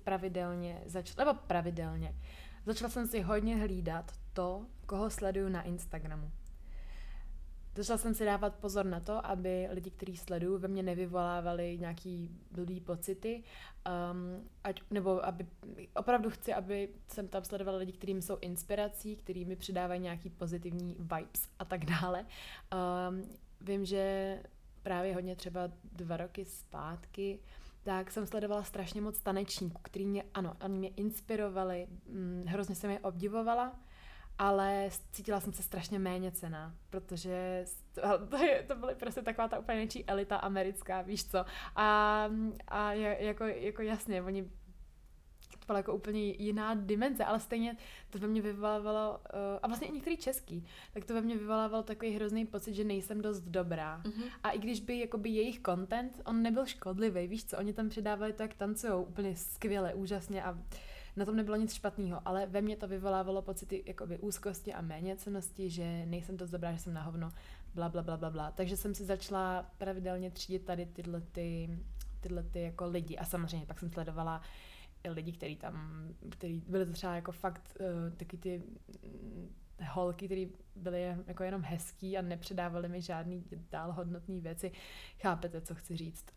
B: začala jsem si hodně hlídat to, koho sleduju na Instagramu. Začala jsem si dávat pozor na to, aby lidi, kteří sleduju, ve mně nevyvolávali nějaký blbý pocity, nebo aby opravdu chci, aby jsem tam sledovala lidi, kterým jsou inspirací, který mi přidávají nějaký pozitivní vibes a tak dále. Vím, že právě hodně třeba 2 roky zpátky tak jsem sledovala strašně moc tanečníků, který oni mě inspirovali, hrozně jsem je obdivovala, ale cítila jsem se strašně méněcenná, protože to byly prostě taková ta úplně největší elita americká, víš co. A jako jasně, oni to byla jako úplně jiná dimenze, ale stejně to ve mně vyvolávalo, a vlastně i některý český, tak to ve mně vyvolávalo takový hrozný pocit, že nejsem dost dobrá. A i když by jakoby jejich content, on nebyl škodlivý, víš co, oni tam přidávali to, jak tancujou úplně skvěle, úžasně a na tom nebylo nic špatného, ale ve mně to vyvolávalo pocity jakoby úzkosti a méněcennosti, že nejsem dost dobrá, že jsem na hovno, bla, bla, bla, bla, bla. Takže jsem si začala pravidelně třídit tady tyhle ty jako lidi a samozřejmě pak jsem sledovala lidi, který byli to třeba jako fakt taky ty holky, které byly jako jenom hezký a nepředávaly mi žádný dál hodnotný věci. Chápete, co chci říct?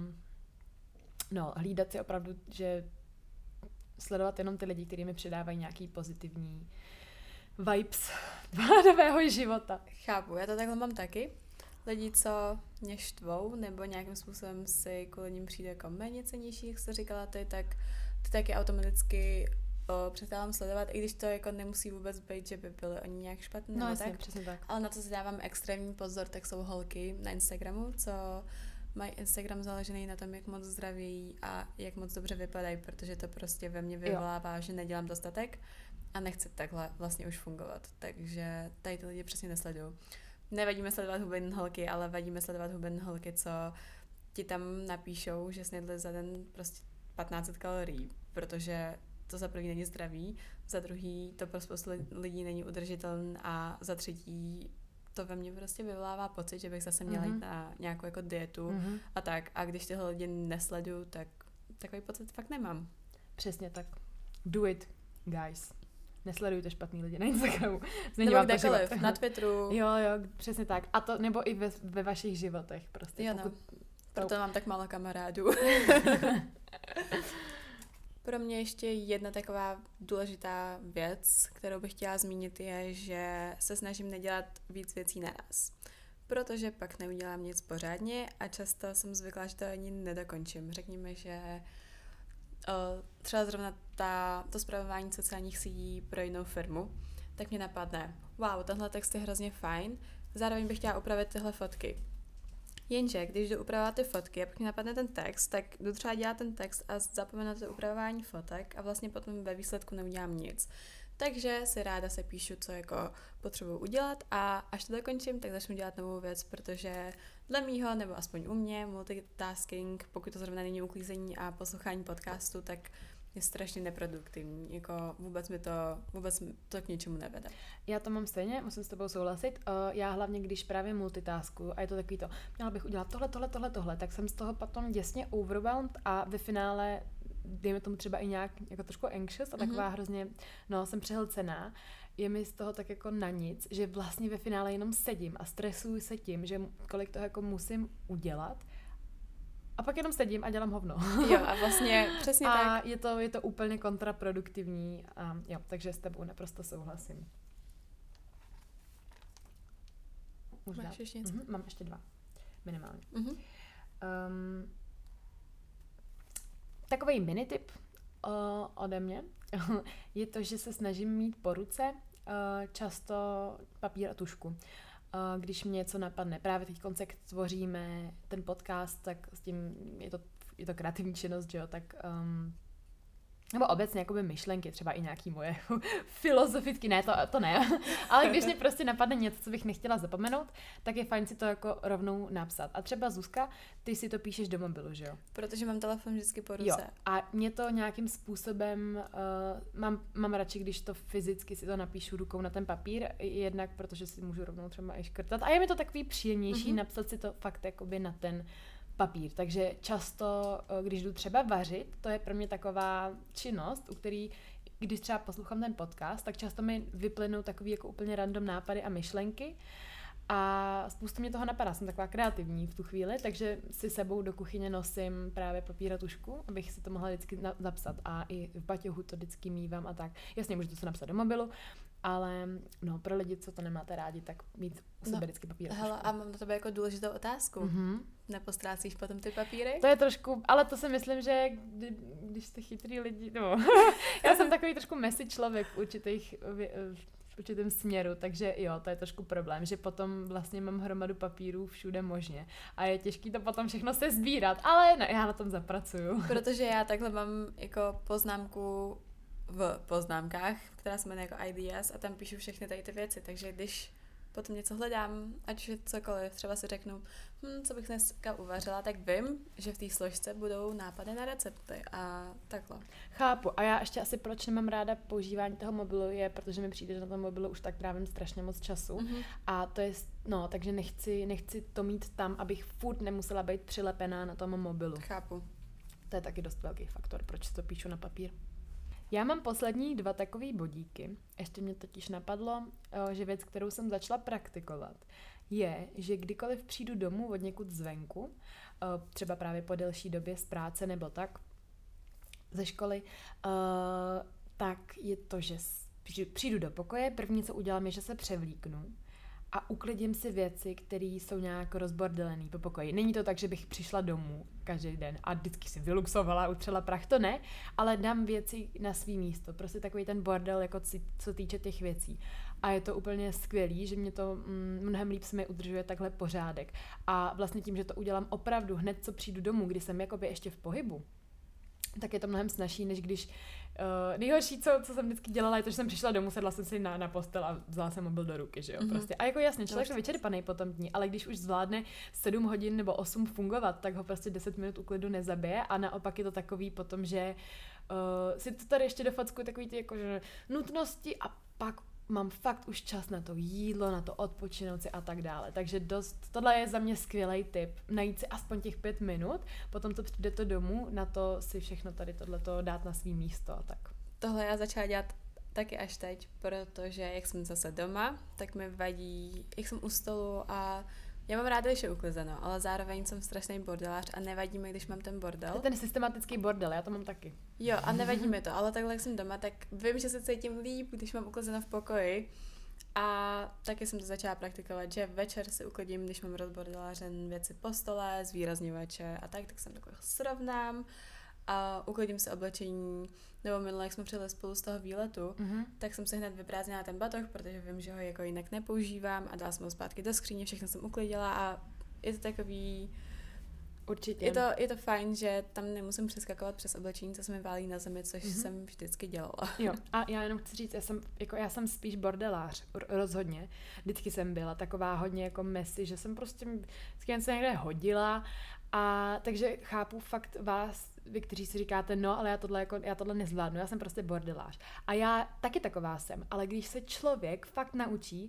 B: Hlídat si opravdu, že sledovat jenom ty lidi, kteří mi předávají nějaký pozitivní vibes do mého života.
A: Chápu, já to takhle mám taky. Lidi, co mě štvou, nebo nějakým způsobem si kvůli ním přijde jako méně cennější, jak jsi říkala ty, tak ty taky automaticky přestávám sledovat, i když to jako nemusí vůbec být, že by byly oni nějak špatné,
B: no,
A: nebo
B: jasně,
A: tak.
B: Přesně tak.
A: Ale na to si dávám extrémní pozor, tak jsou holky na Instagramu, co mají Instagram založený na tom, jak moc zdraví a jak moc dobře vypadají, protože to prostě ve mně vyvolává, že nedělám dostatek a nechci takhle vlastně už fungovat. Takže tady ty lidi přesně nesleduju. Nevadíme sledovat hubené holky, ale vadíme sledovat hubené holky, co ti tam napíšou, že snědli za den prostě 1500 kalorií, protože to za první není zdravý, za druhý to pro spoustu lidí není udržitelné a za třetí to ve mně prostě vyvolává pocit, že bych zase měla jít na nějakou jako dietu a tak. A když tyhle lidi nesleduju, tak takový pocit fakt nemám.
B: Přesně tak. Do it, guys. Nesledujte špatný lidi na Instagramu.
A: Nebo kdekoliv, na Twitteru.
B: Jo, přesně tak. A to, nebo i ve vašich životech prostě.
A: Jo, no. Proto mám tak málo kamarádů. Pro mě ještě jedna taková důležitá věc, kterou bych chtěla zmínit, je, že se snažím nedělat víc věcí naraz. Protože pak neudělám nic pořádně a často jsem zvyklá, že to ani nedokončím. Řekněme, že třeba zrovna to spravování sociálních sítí pro jinou firmu, tak mě napadne, wow, tenhle text je hrozně fajn, zároveň bych chtěla upravit tyhle fotky. Jenže, když jdu upravovat ty fotky a pak mě napadne ten text, tak jdu třeba dělat ten text a zapomenu na to upravování fotek a vlastně potom ve výsledku neudělám nic. Takže si ráda se píšu, co jako potřebuji udělat a až to dokončím, tak začnu dělat novou věc, protože dle mýho, nebo aspoň u mě, multitasking, pokud to zrovna není uklízení a poslouchání podcastu, tak je strašně neproduktivní. Jako vůbec to k ničemu nevede.
B: Já to mám stejně, musím s tebou souhlasit. Já hlavně, když právě multitaskuju a je to takový to, měla bych udělat tohle, tak jsem z toho potom děsně overwhelmed a ve finále dejme tomu třeba i nějak jako trošku anxious a taková hrozně, jsem přehlcená. Je mi z toho tak jako na nic, že vlastně ve finále jenom sedím a stresuju se tím, že kolik toho jako musím udělat a pak jenom sedím a dělám hovno.
A: Jo a vlastně přesně tak.
B: A je to úplně kontraproduktivní a jo, takže s tebou naprosto souhlasím.
A: Máš ještě něco?
B: Mám ještě 2, minimálně. Takový minitip ode mě je to, že se snažím mít po ruce často papír a tužku. Když mě něco napadne. Právě teď jak tvoříme ten podcast, tak s tím je to kreativní činnost, že jo, tak nebo obecně jakoby myšlenky, třeba i nějaký moje filozofický, ne, to ne, ale když mě prostě napadne něco, co bych nechtěla zapomenout, tak je fajn si to jako rovnou napsat. A třeba Zuzka, ty si to píšeš do mobilu, že jo?
A: Protože mám telefon vždycky po ruce.
B: Jo, a mě to nějakým způsobem, mám radši, když to fyzicky si to napíšu rukou na ten papír, jednak protože si můžu rovnou třeba i škrtat. A je mi to takový příjemnější napsat si to fakt jakoby na ten papír. Takže často, když jdu třeba vařit, to je pro mě taková činnost, u který, když třeba poslouchám ten podcast, tak často mi vyplynou takový jako úplně random nápady a myšlenky a spoustu mě toho napadá, jsem taková kreativní v tu chvíli, takže si sebou do kuchyně nosím právě papír a tužku, abych si to mohla vždycky zapsat a i v baťohu to vždycky mívám a tak. Jasně, můžu to se napsat do mobilu, Ale no, pro lidi, co to nemáte rádi, tak mít u sebe vždycky papír.
A: Hele, a mám na tebe jako důležitou otázku. Nepostrácíš potom ty papíry?
B: To je trošku, ale to si myslím, že když jste chytrý lidi, no, já jsem takový trošku messy člověk v určitém směru, takže jo, to je trošku problém, že potom vlastně mám hromadu papírů všude možně a je těžký to potom všechno se sbírat, ale ne, já na tom zapracuju.
A: Protože já takhle mám jako poznámku v poznámkách, která se jmenuje jako ideas a tam píšu všechny tady ty věci, takže když potom něco hledám, ať už je cokoliv, třeba si řeknu, co bych dneska uvařila, tak vím, že v té složce budou nápady na recepty a takhle.
B: Chápu. A já ještě asi proč nemám ráda používání toho mobilu je, protože mi přijde, že na tom mobilu už tak trávím strašně moc času. A to je, no, takže nechci to mít tam, abych furt nemusela být přilepená na tom mobilu.
A: Chápu.
B: To je taky dost velký faktor, proč to píšu na papír. Já mám poslední 2 takový bodíky. Ještě mě totiž napadlo, že věc, kterou jsem začala praktikovat, je, že kdykoliv přijdu domů od někud zvenku, třeba právě po delší době z práce nebo tak, ze školy, tak je to, že přijdu do pokoje, první, co udělám, je, že se převlíknu a uklidím si věci, které jsou nějak rozbordelený po pokoji. Není to tak, že bych přišla domů každý den a vždycky si vyluxovala, utřela prach, to ne, ale dám věci na svý místo. Prostě takový ten bordel, jako co týče těch věcí. A je to úplně skvělý, že mě to mnohem líp se mi udržuje takhle pořádek. A vlastně tím, že to udělám opravdu hned, co přijdu domů, kdy jsem jakoby ještě v pohybu, tak je to mnohem snazší, než když nejhorší, co jsem vždycky dělala, je to, že jsem přišla domů, sedla jsem si na postel a vzala jsem mobil do ruky, že jo, prostě. A jako jasně, člověk je vyčerpaný po tom dní, ale když už zvládne 7 hodin nebo 8 fungovat, tak ho prostě 10 minut uklidu nezabije a naopak je to takový potom, že si to tady ještě dofackuje takový ty jakože nutnosti a pak mám fakt už čas na to jídlo, na to odpočinout si a tak dále. Takže tohle je za mě skvělý tip. Najít si aspoň těch 5 minut, potom to přijdete domů, na to si všechno tady tohleto dát na svý místo a tak.
A: Tohle já začala dělat taky až teď, protože jak jsem zase doma, tak mi vadí, jak jsem u stolu a já mám ráda, když je uklizeno, ale zároveň jsem strašný bordelář a nevadí mi, když mám ten bordel.
B: To je ten systematický bordel, já to mám taky.
A: Jo, a nevadí mi to, ale takhle, jak jsem doma, tak vím, že se cítím líp, když mám uklizeno v pokoji. A taky jsem to začala praktikovat, že večer si uklidím, když mám rozbordelářen věci po stole, zvýrazňovače a tak se takhle srovnám a uklidím si oblečení. Nebo minule, jak jsme přijeli spolu z toho výletu, tak jsem si hned vyprázdnila ten batoh, protože vím, že ho jako jinak nepoužívám a dala jsem ho zpátky do skříně, všechno jsem uklidila a je to takový...
B: Určitě.
A: Je to fajn, že tam nemusím přeskakovat přes oblečení, co se mi válí na zemi, což jsem vždycky dělala.
B: Jo, a já jenom chci říct, já jsem spíš bordelář, rozhodně. Vždycky jsem byla taková hodně jako messy, že jsem prostě vždycky se někde hodila a takže chápu fakt vás, vy, kteří si říkáte, no, ale já tohle nezvládnu, já jsem prostě bordelář. A já taky taková jsem, ale když se člověk fakt naučí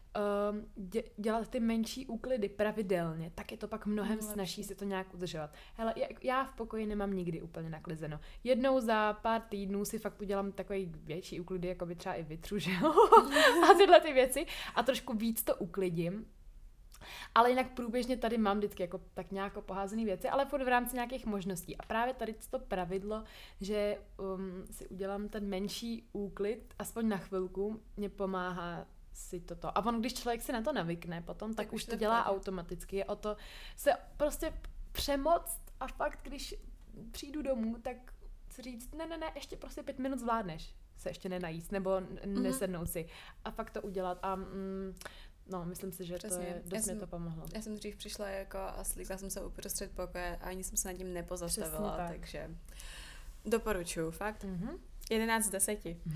B: dělat ty menší úklidy pravidelně, tak je to pak mnohem snazší si to nějak udržovat. Hele, já v pokoji nemám nikdy úplně naklizeno. Jednou za pár týdnů si fakt udělám takový větší úklidy, jako by třeba i vytřu, že jo? A tyhle ty věci a trošku víc to uklidím. Ale jinak průběžně tady mám vždycky jako tak nějak poházený věci, ale furt v rámci nějakých možností. A právě tady to pravidlo, že si udělám ten menší úklid, aspoň na chvilku, mě pomáhá si toto. A on, když člověk si na to navykne potom, tak už to dělá automaticky. Je o to se prostě přemoct a fakt, když přijdu domů, tak si říct, ne, ještě prostě 5 minut zvládneš se ještě nenajíst nebo nesednout si. A fakt to udělat a no, myslím si, že přesně. Dost mi to pomohlo.
A: Já jsem dřív přišla jako a slíkla jsem se uprostřed pokoje a ani jsem se nad tím nepozastavila, tak. Takže doporučuju, fakt. 11 z 10.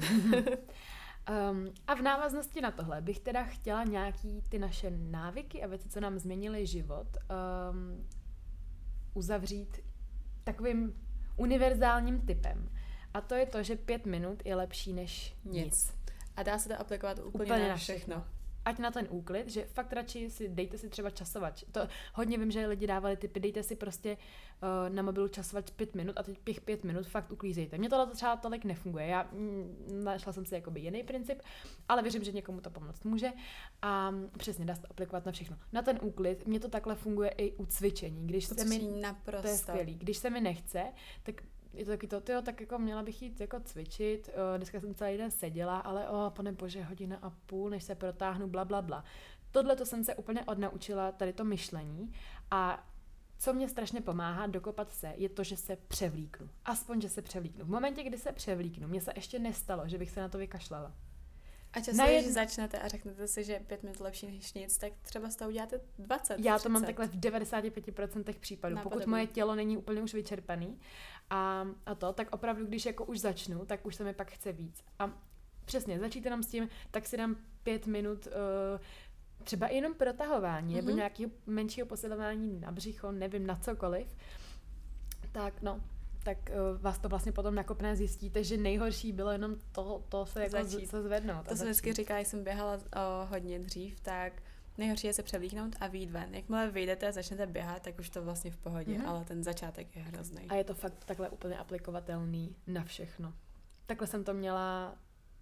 B: A v návaznosti na tohle bych teda chtěla nějaký ty naše návyky a věci, co nám změnily život, uzavřít takovým univerzálním typem. A to je to, že 5 minut je lepší než nic.
A: A dá se to aplikovat úplně na všechno.
B: Ať na ten úklid, že fakt radši dejte si třeba časovač. To hodně vím, že lidi dávali tipy, dejte si prostě na mobilu časovač 5 minut a teď těch 5 minut fakt uklízejte. Mně tohle třeba tolik nefunguje. Já našla jsem si jakoby jiný princip, ale věřím, že někomu to pomoct může. A přesně dá se to aplikovat na všechno. Na ten úklid, mně to takhle funguje i u cvičení. Když se mi,
A: naprosto.
B: To je skvělý. Když se mi nechce, tak je to taky to, tyjo, tak jako měla bych jít jako cvičit, dneska jsem celý den seděla, ale panebože, 1,5 hodiny, než se protáhnu, bla, bla, bla. Tohle to jsem se úplně odnaučila, tady to myšlení, a co mě strašně pomáhá dokopat se, je to, že se převlíknu. Aspoň, že se převlíknu. V momentě, kdy se převlíknu, mně se ještě nestalo, že bych se na to vykašlala.
A: A často, když začnete a řeknete si, že 5 minut lepší než nic, tak třeba z toho uděláte 20.
B: Já to mám takhle v 95% případů. Pokud moje tělo není úplně už vyčerpaný a to, tak opravdu, když jako už začnu, tak už se mi pak chce víc. A přesně, začít jenom s tím, tak si dám 5 minut třeba jenom protahování, nebo nějakého menšího posilování na břicho, nevím, na cokoliv. Tak no, tak vás to vlastně potom nakopne, zjistíte, že nejhorší bylo jenom to se jako se zvednout.
A: To jsem vždycky říkala, když jsem běhala hodně dřív, tak nejhorší je se převlíknout a vyjít ven. Jakmile vyjdete a začnete běhat, tak už to vlastně v pohodě, ale ten začátek je hrozný.
B: A je to fakt takhle úplně aplikovatelný na všechno. Takhle jsem to měla,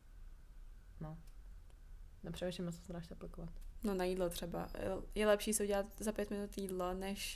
B: nepřemýšlím, co se dáš aplikovat.
A: No na jídlo třeba. Je lepší si udělat za 5 minut jídlo, než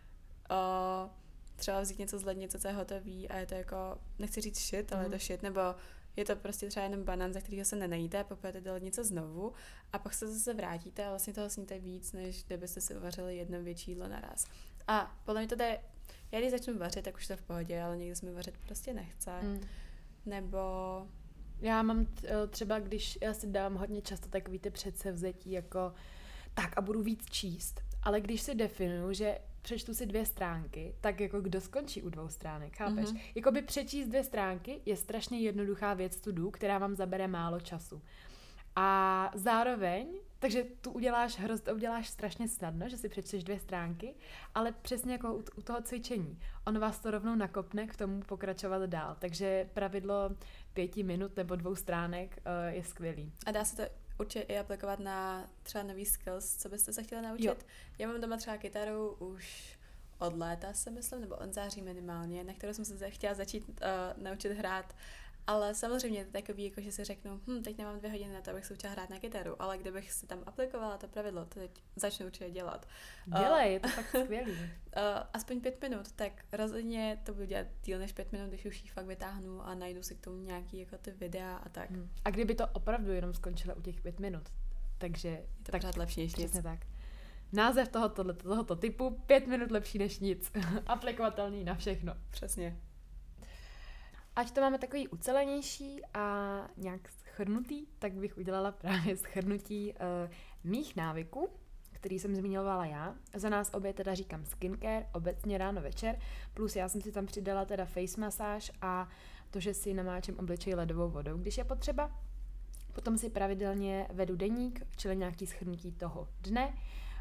A: třeba vzít něco z lednice, co je hotový a je to jako, nechci říct shit, ale je to shit, nebo je to prostě třeba jenom banán, za kterého se nenajíte a pak půjdete do lednice znovu a pak se zase vrátíte a vlastně toho sníte víc, než kdybyste si uvařili jedno větší jídlo naraz. A podle mě to jde, já když začnu vařit, tak už to v pohodě, ale někdy se mi vařit prostě nechce. Nebo...
B: Já mám třeba, když já si dám hodně často takový ty předsevzetí, jako tak a budu víc číst. Ale když si definuju, že přečtu si 2 stránky, tak jako kdo skončí u 2 stránek, chápeš? Jakoby přečíst 2 stránky je strašně jednoduchá věc to do, která vám zabere málo času. A zároveň, takže tu uděláš strašně snadno, že si přečteš 2 stránky, ale přesně jako u toho cvičení. On vás to rovnou nakopne k tomu pokračovat dál. Takže pravidlo 5 minut nebo 2 stránek je skvělý.
A: A dá se to určitě i aplikovat na třeba nový skills, co byste se chtěli naučit?
B: Jo.
A: Já mám doma třeba kytaru už od léta, se myslím, nebo od září minimálně, na kterou jsem se chtěla začít naučit hrát. Ale samozřejmě je to takový, jako že si řeknu, teď nemám 2 hodiny na to, abych se učila hrát na kytaru, ale kdybych si tam aplikovala to pravidlo, to teď začnu určitě dělat.
B: Dělej, je to fakt skvělý.
A: Aspoň 5 minut, tak rozhodně to budu dělat díl než 5 minut, když už ji fakt vytáhnu a najdu si k tomu nějaký jako ty videa a tak.
B: A kdyby to opravdu jenom skončilo u těch 5 minut, takže...
A: Je to pořád lepší než nic.
B: Přesně tak. Název tohoto typu 5 minut lepší než nic. Aplikovatelný na všechno.
A: Přesně.
B: Ať to máme takový ucelenější a nějak shrnutý, tak bych udělala právě shrnutí mých návyků, který jsem zmiňovala já. Za nás obě teda říkám skincare, obecně ráno večer, plus já jsem si tam přidala teda face masáž a to, že si namáčím obličej ledovou vodou, když je potřeba. Potom si pravidelně vedu deník, čili nějaký shrnutí toho dne.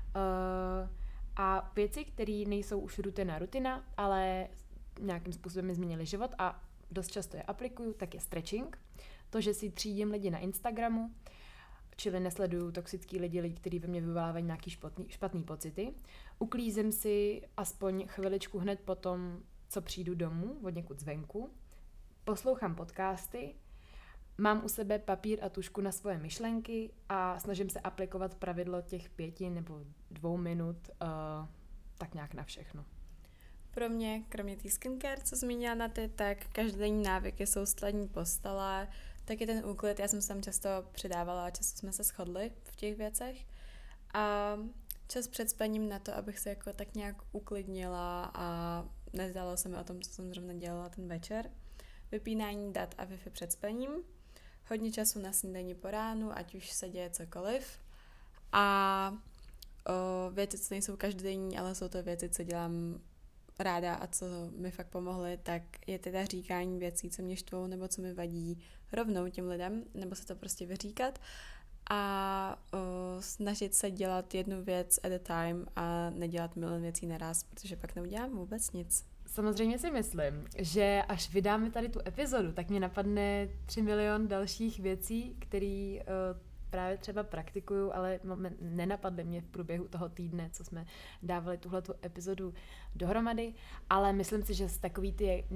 B: A věci, které nejsou už rutina, ale nějakým způsobem mi změnily život a dost často je aplikuju, tak je stretching. To, že si třídím lidi na Instagramu, čili nesleduju toxický lidi, kteří ve mně vyvolávají nějaký špatný pocity. Uklízím si aspoň chviličku hned po tom, co přijdu domů, od někud zvenku. Poslouchám podcasty, mám u sebe papír a tužku na svoje myšlenky a snažím se aplikovat pravidlo těch 5 nebo 2 minut tak nějak na všechno.
A: Pro mě, kromě té skincare, co zmínila na ty, tak každodenní návyky jsou stlaní postele, taky ten úklid, já jsem se tam často přidávala, často jsme se shodli v těch věcech a čas před spaním na to, abych se jako tak nějak uklidnila a nezdálo se mi o tom, co jsem zrovna dělala ten večer. Vypínání dat a Wi-Fi před spaním, hodně času na snídani po ránu, ať už se děje cokoliv a věci, co nejsou každodenní, ale jsou to věci, co dělám ráda a co mi fakt pomohly, tak je teda říkání věcí, co mě štvou nebo co mi vadí rovnou těm lidem, nebo se to prostě vyříkat a snažit se dělat jednu věc at a time a nedělat milion věcí naraz, protože pak neudělám vůbec nic.
B: Samozřejmě si myslím, že až vydáme tady tu epizodu, tak mě napadne 3 milion dalších věcí, které právě třeba praktikuju, ale nenapadly mě v průběhu toho týdne, co jsme dávali tuhletu epizodu dohromady, ale myslím si, že z takový ty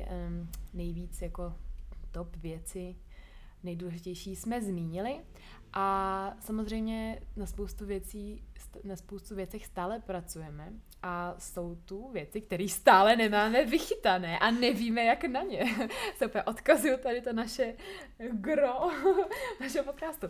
B: nejvíc jako top věci, nejdůležitější jsme zmínili A samozřejmě na spoustu věcech stále pracujeme a jsou tu věci, které stále nemáme vychytané a nevíme, jak na ně. Se úplně odkazuju tady to naše gro našeho podcastu.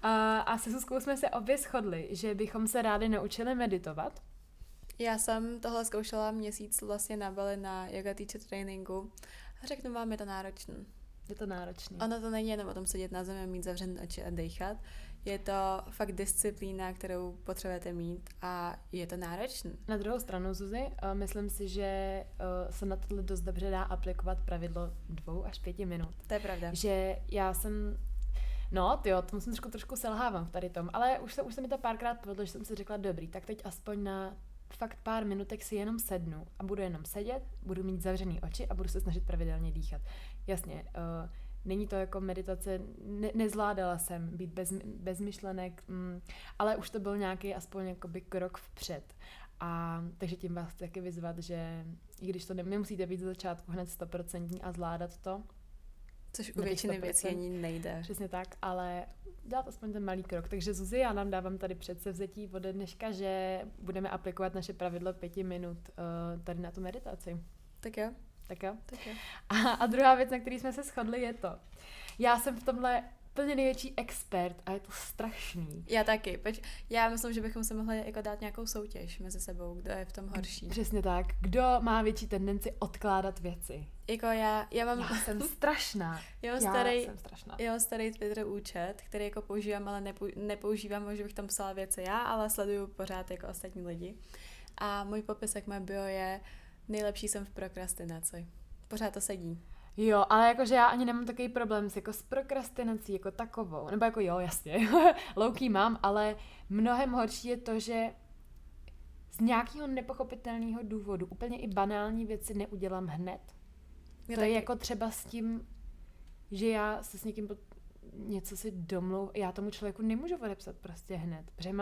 B: A se Zuzkou jsme se obě shodli, že bychom se rádi naučili meditovat.
A: Já jsem tohle zkoušela měsíc vlastně na Bali na yoga teacher tréninku a řeknu vám, je to náročné.
B: Je to náročné.
A: Ono to není jenom o tom sedět na zemi, mít zavřené oči a dechat. Je to fakt disciplína, kterou potřebujete mít a je to náročné.
B: Na druhou stranu, Zuzi, myslím si, že se na tohle dost dobře dá aplikovat pravidlo 2 až 5 minut.
A: To je pravda.
B: Že já jsem... No, tyjo, to musím trošku selhávám v tady tom, ale už se mi to párkrát povedlo, že jsem si řekla, dobrý, tak teď aspoň na fakt pár minutek si jenom sednu a budu jenom sedět, budu mít zavřený oči a budu se snažit pravidelně dýchat. Jasně, není to jako meditace, nezvládala jsem být bez myšlenek, ale už to byl nějaký aspoň jakoby krok vpřed. A takže tím vás taky vyzvat, že i když to nemusíte být ze začátku hned 100% a zvládat to,
A: což u většiny věcí ani nejde.
B: Přesně tak, ale dát aspoň ten malý krok. Takže Zuzi, já nám dávám tady předsevzetí ode dneška, že budeme aplikovat naše pravidlo 5 minut tady na tu meditaci.
A: Tak jo.
B: Tak jo?
A: Tak jo.
B: A druhá věc, na který jsme se shodli, je to. Já jsem v tomhle plně největší expert a je to strašný.
A: Já taky. Já myslím, že bychom se mohli jako dát nějakou soutěž mezi sebou, kdo je v tom horší.
B: Přesně tak. Kdo má větší tendenci odkládat věci?
A: Jako já
B: jsem strašná.
A: Já mám starý Twitter účet, který jako používám, ale nepoužívám ho, že bych tam psala věci já, ale sleduju pořád jako ostatní lidi. A můj popisek, moje bio je nejlepší jsem v prokrastinaci. Pořád to sedí.
B: Jo, ale jakože já ani nemám takový problém s prokrastinací jako takovou. Nebo jako jo, jasně, low-key mám, ale mnohem horší je to, že z nějakého nepochopitelného důvodu úplně i banální věci neudělám hned. To je jako třeba s tím, že já se s někým něco si já tomu člověku nemůžu odepsat prostě hned, protože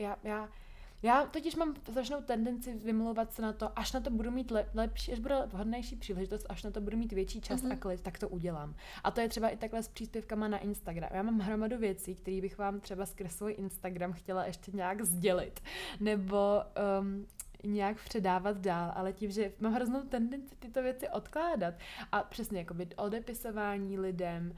B: já totiž mám strašnou tendenci vymlouvat se na to, až na to budu mít lepší, až bude vhodnější příležitost, až na to budu mít větší čas a klid, tak to udělám. A to je třeba i takhle s příspěvkama na Instagram. Já mám hromadu věcí, které bych vám třeba skrz svůj Instagram chtěla ještě nějak sdělit, nebo nějak předávat dál, ale tím, že mám hroznou tendenci tyto věci odkládat. A přesně jakoby odepisování lidem,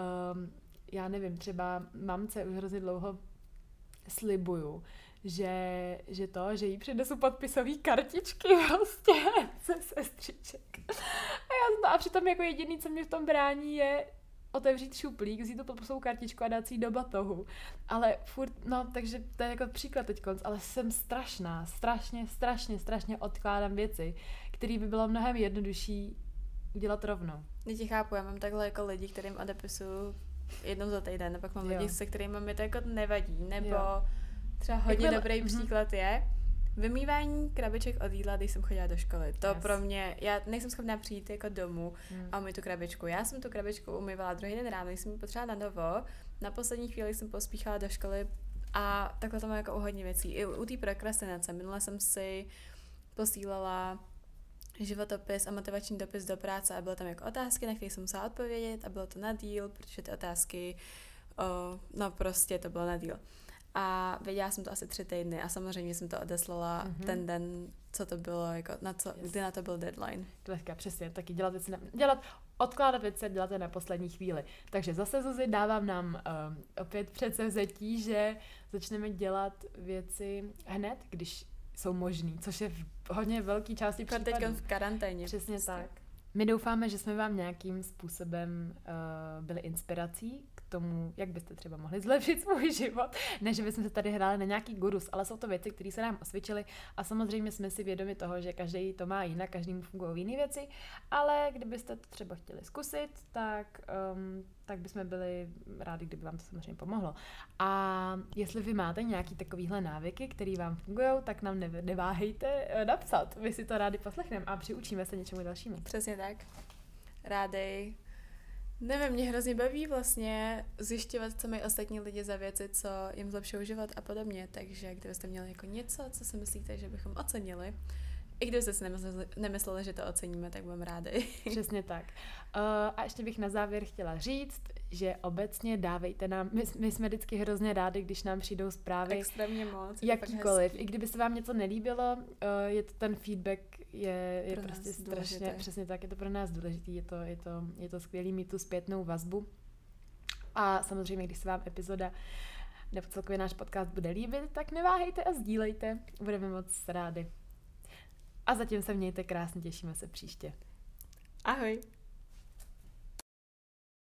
B: já nevím, třeba mamce už hrozně dlouho slibuju, že jí přinesu podpisový kartičky prostě ze sestřiček. A přitom jako jediný, co mě v tom brání, je otevřít šuplík, vzít tu podpisovou kartičku a dát si ji do batohu. Ale furt, no, takže to je jako příklad teďkonc, ale jsem strašná, strašně odkládám věci, které by bylo mnohem jednodušší udělat rovnou.
A: Já ti chápu, já mám takhle jako lidi, kterým odepisuju jednou za týden, a pak mám lidi, se kterými mi to jako nevadí, nebo třeba hodně dobrý příklad je vymývání krabiček od jídla, když jsem chodila do školy. To pro mě, já nejsem schopná přijít jako domů a umýt tu krabičku. Já jsem tu krabičku umývala druhý den ráno, když jsem ji potřebovala na novo. Na poslední chvíli jsem pospíchala do školy a takhle to mám jako u hodně věcí. I u té prokrastinace. Minule jsem si posílala životopis a motivační dopis do práce a bylo tam jako otázky, na které jsem musela odpovědět a bylo to na díl, protože ty otázky, no prostě to bylo na díl. A věděla jsem to asi 3 týdny a samozřejmě jsem to odeslala ten den, co to bylo, jako kdy na to byl deadline.
B: Lehká, přesně, taky odkládat věci a dělat je na poslední chvíli. Takže zase Zuzi, dávám nám opět předsevzetí, že začneme dělat věci hned, když jsou možný, což je v hodně velký části případů.
A: Teď v karanténě.
B: Přesně tak. My doufáme, že jsme vám nějakým způsobem byli inspirací k tomu, jak byste třeba mohli zlepšit svůj život. Ne, že bychom se tady hráli na nějaký gurus, ale jsou to věci, které se nám osvědčily a samozřejmě jsme si vědomi toho, že každý to má jinak, každému fungují jiné věci, ale kdybyste to třeba chtěli zkusit, tak bychom byli rádi, kdyby vám to samozřejmě pomohlo. A jestli vy máte nějaký takovýhle návyky, který vám fungují, tak nám neváhejte napsat. My si to rádi poslechneme a přiučíme se něčemu dalšímu.
A: Přesně tak. Rádi. Nevím, mě hrozně baví vlastně zjišťovat, co mají ostatní lidi za věci, co jim zlepšují život a podobně. Takže kdybyste měli jako něco, co si myslíte, že bychom ocenili, I kdybyste si nemysleli, že to oceníme, tak budeme rádi.
B: Přesně tak. A ještě bych na závěr chtěla říct, že obecně dávejte nám, my jsme vždycky hrozně rádi, když nám přijdou zprávy.
A: Extrémně moc.
B: Jakýkoliv. I kdyby se vám něco nelíbilo, je to ten feedback je
A: pro
B: prostě strašně,
A: důležité.
B: přesně tak, je to pro nás důležitý, je to skvělý mít tu zpětnou vazbu. A samozřejmě, když se vám epizoda nebo celkově náš podcast bude líbit, tak neváhejte a sdílejte. Budeme moc rádi. A zatím se mějte krásně, těšíme se příště.
A: Ahoj.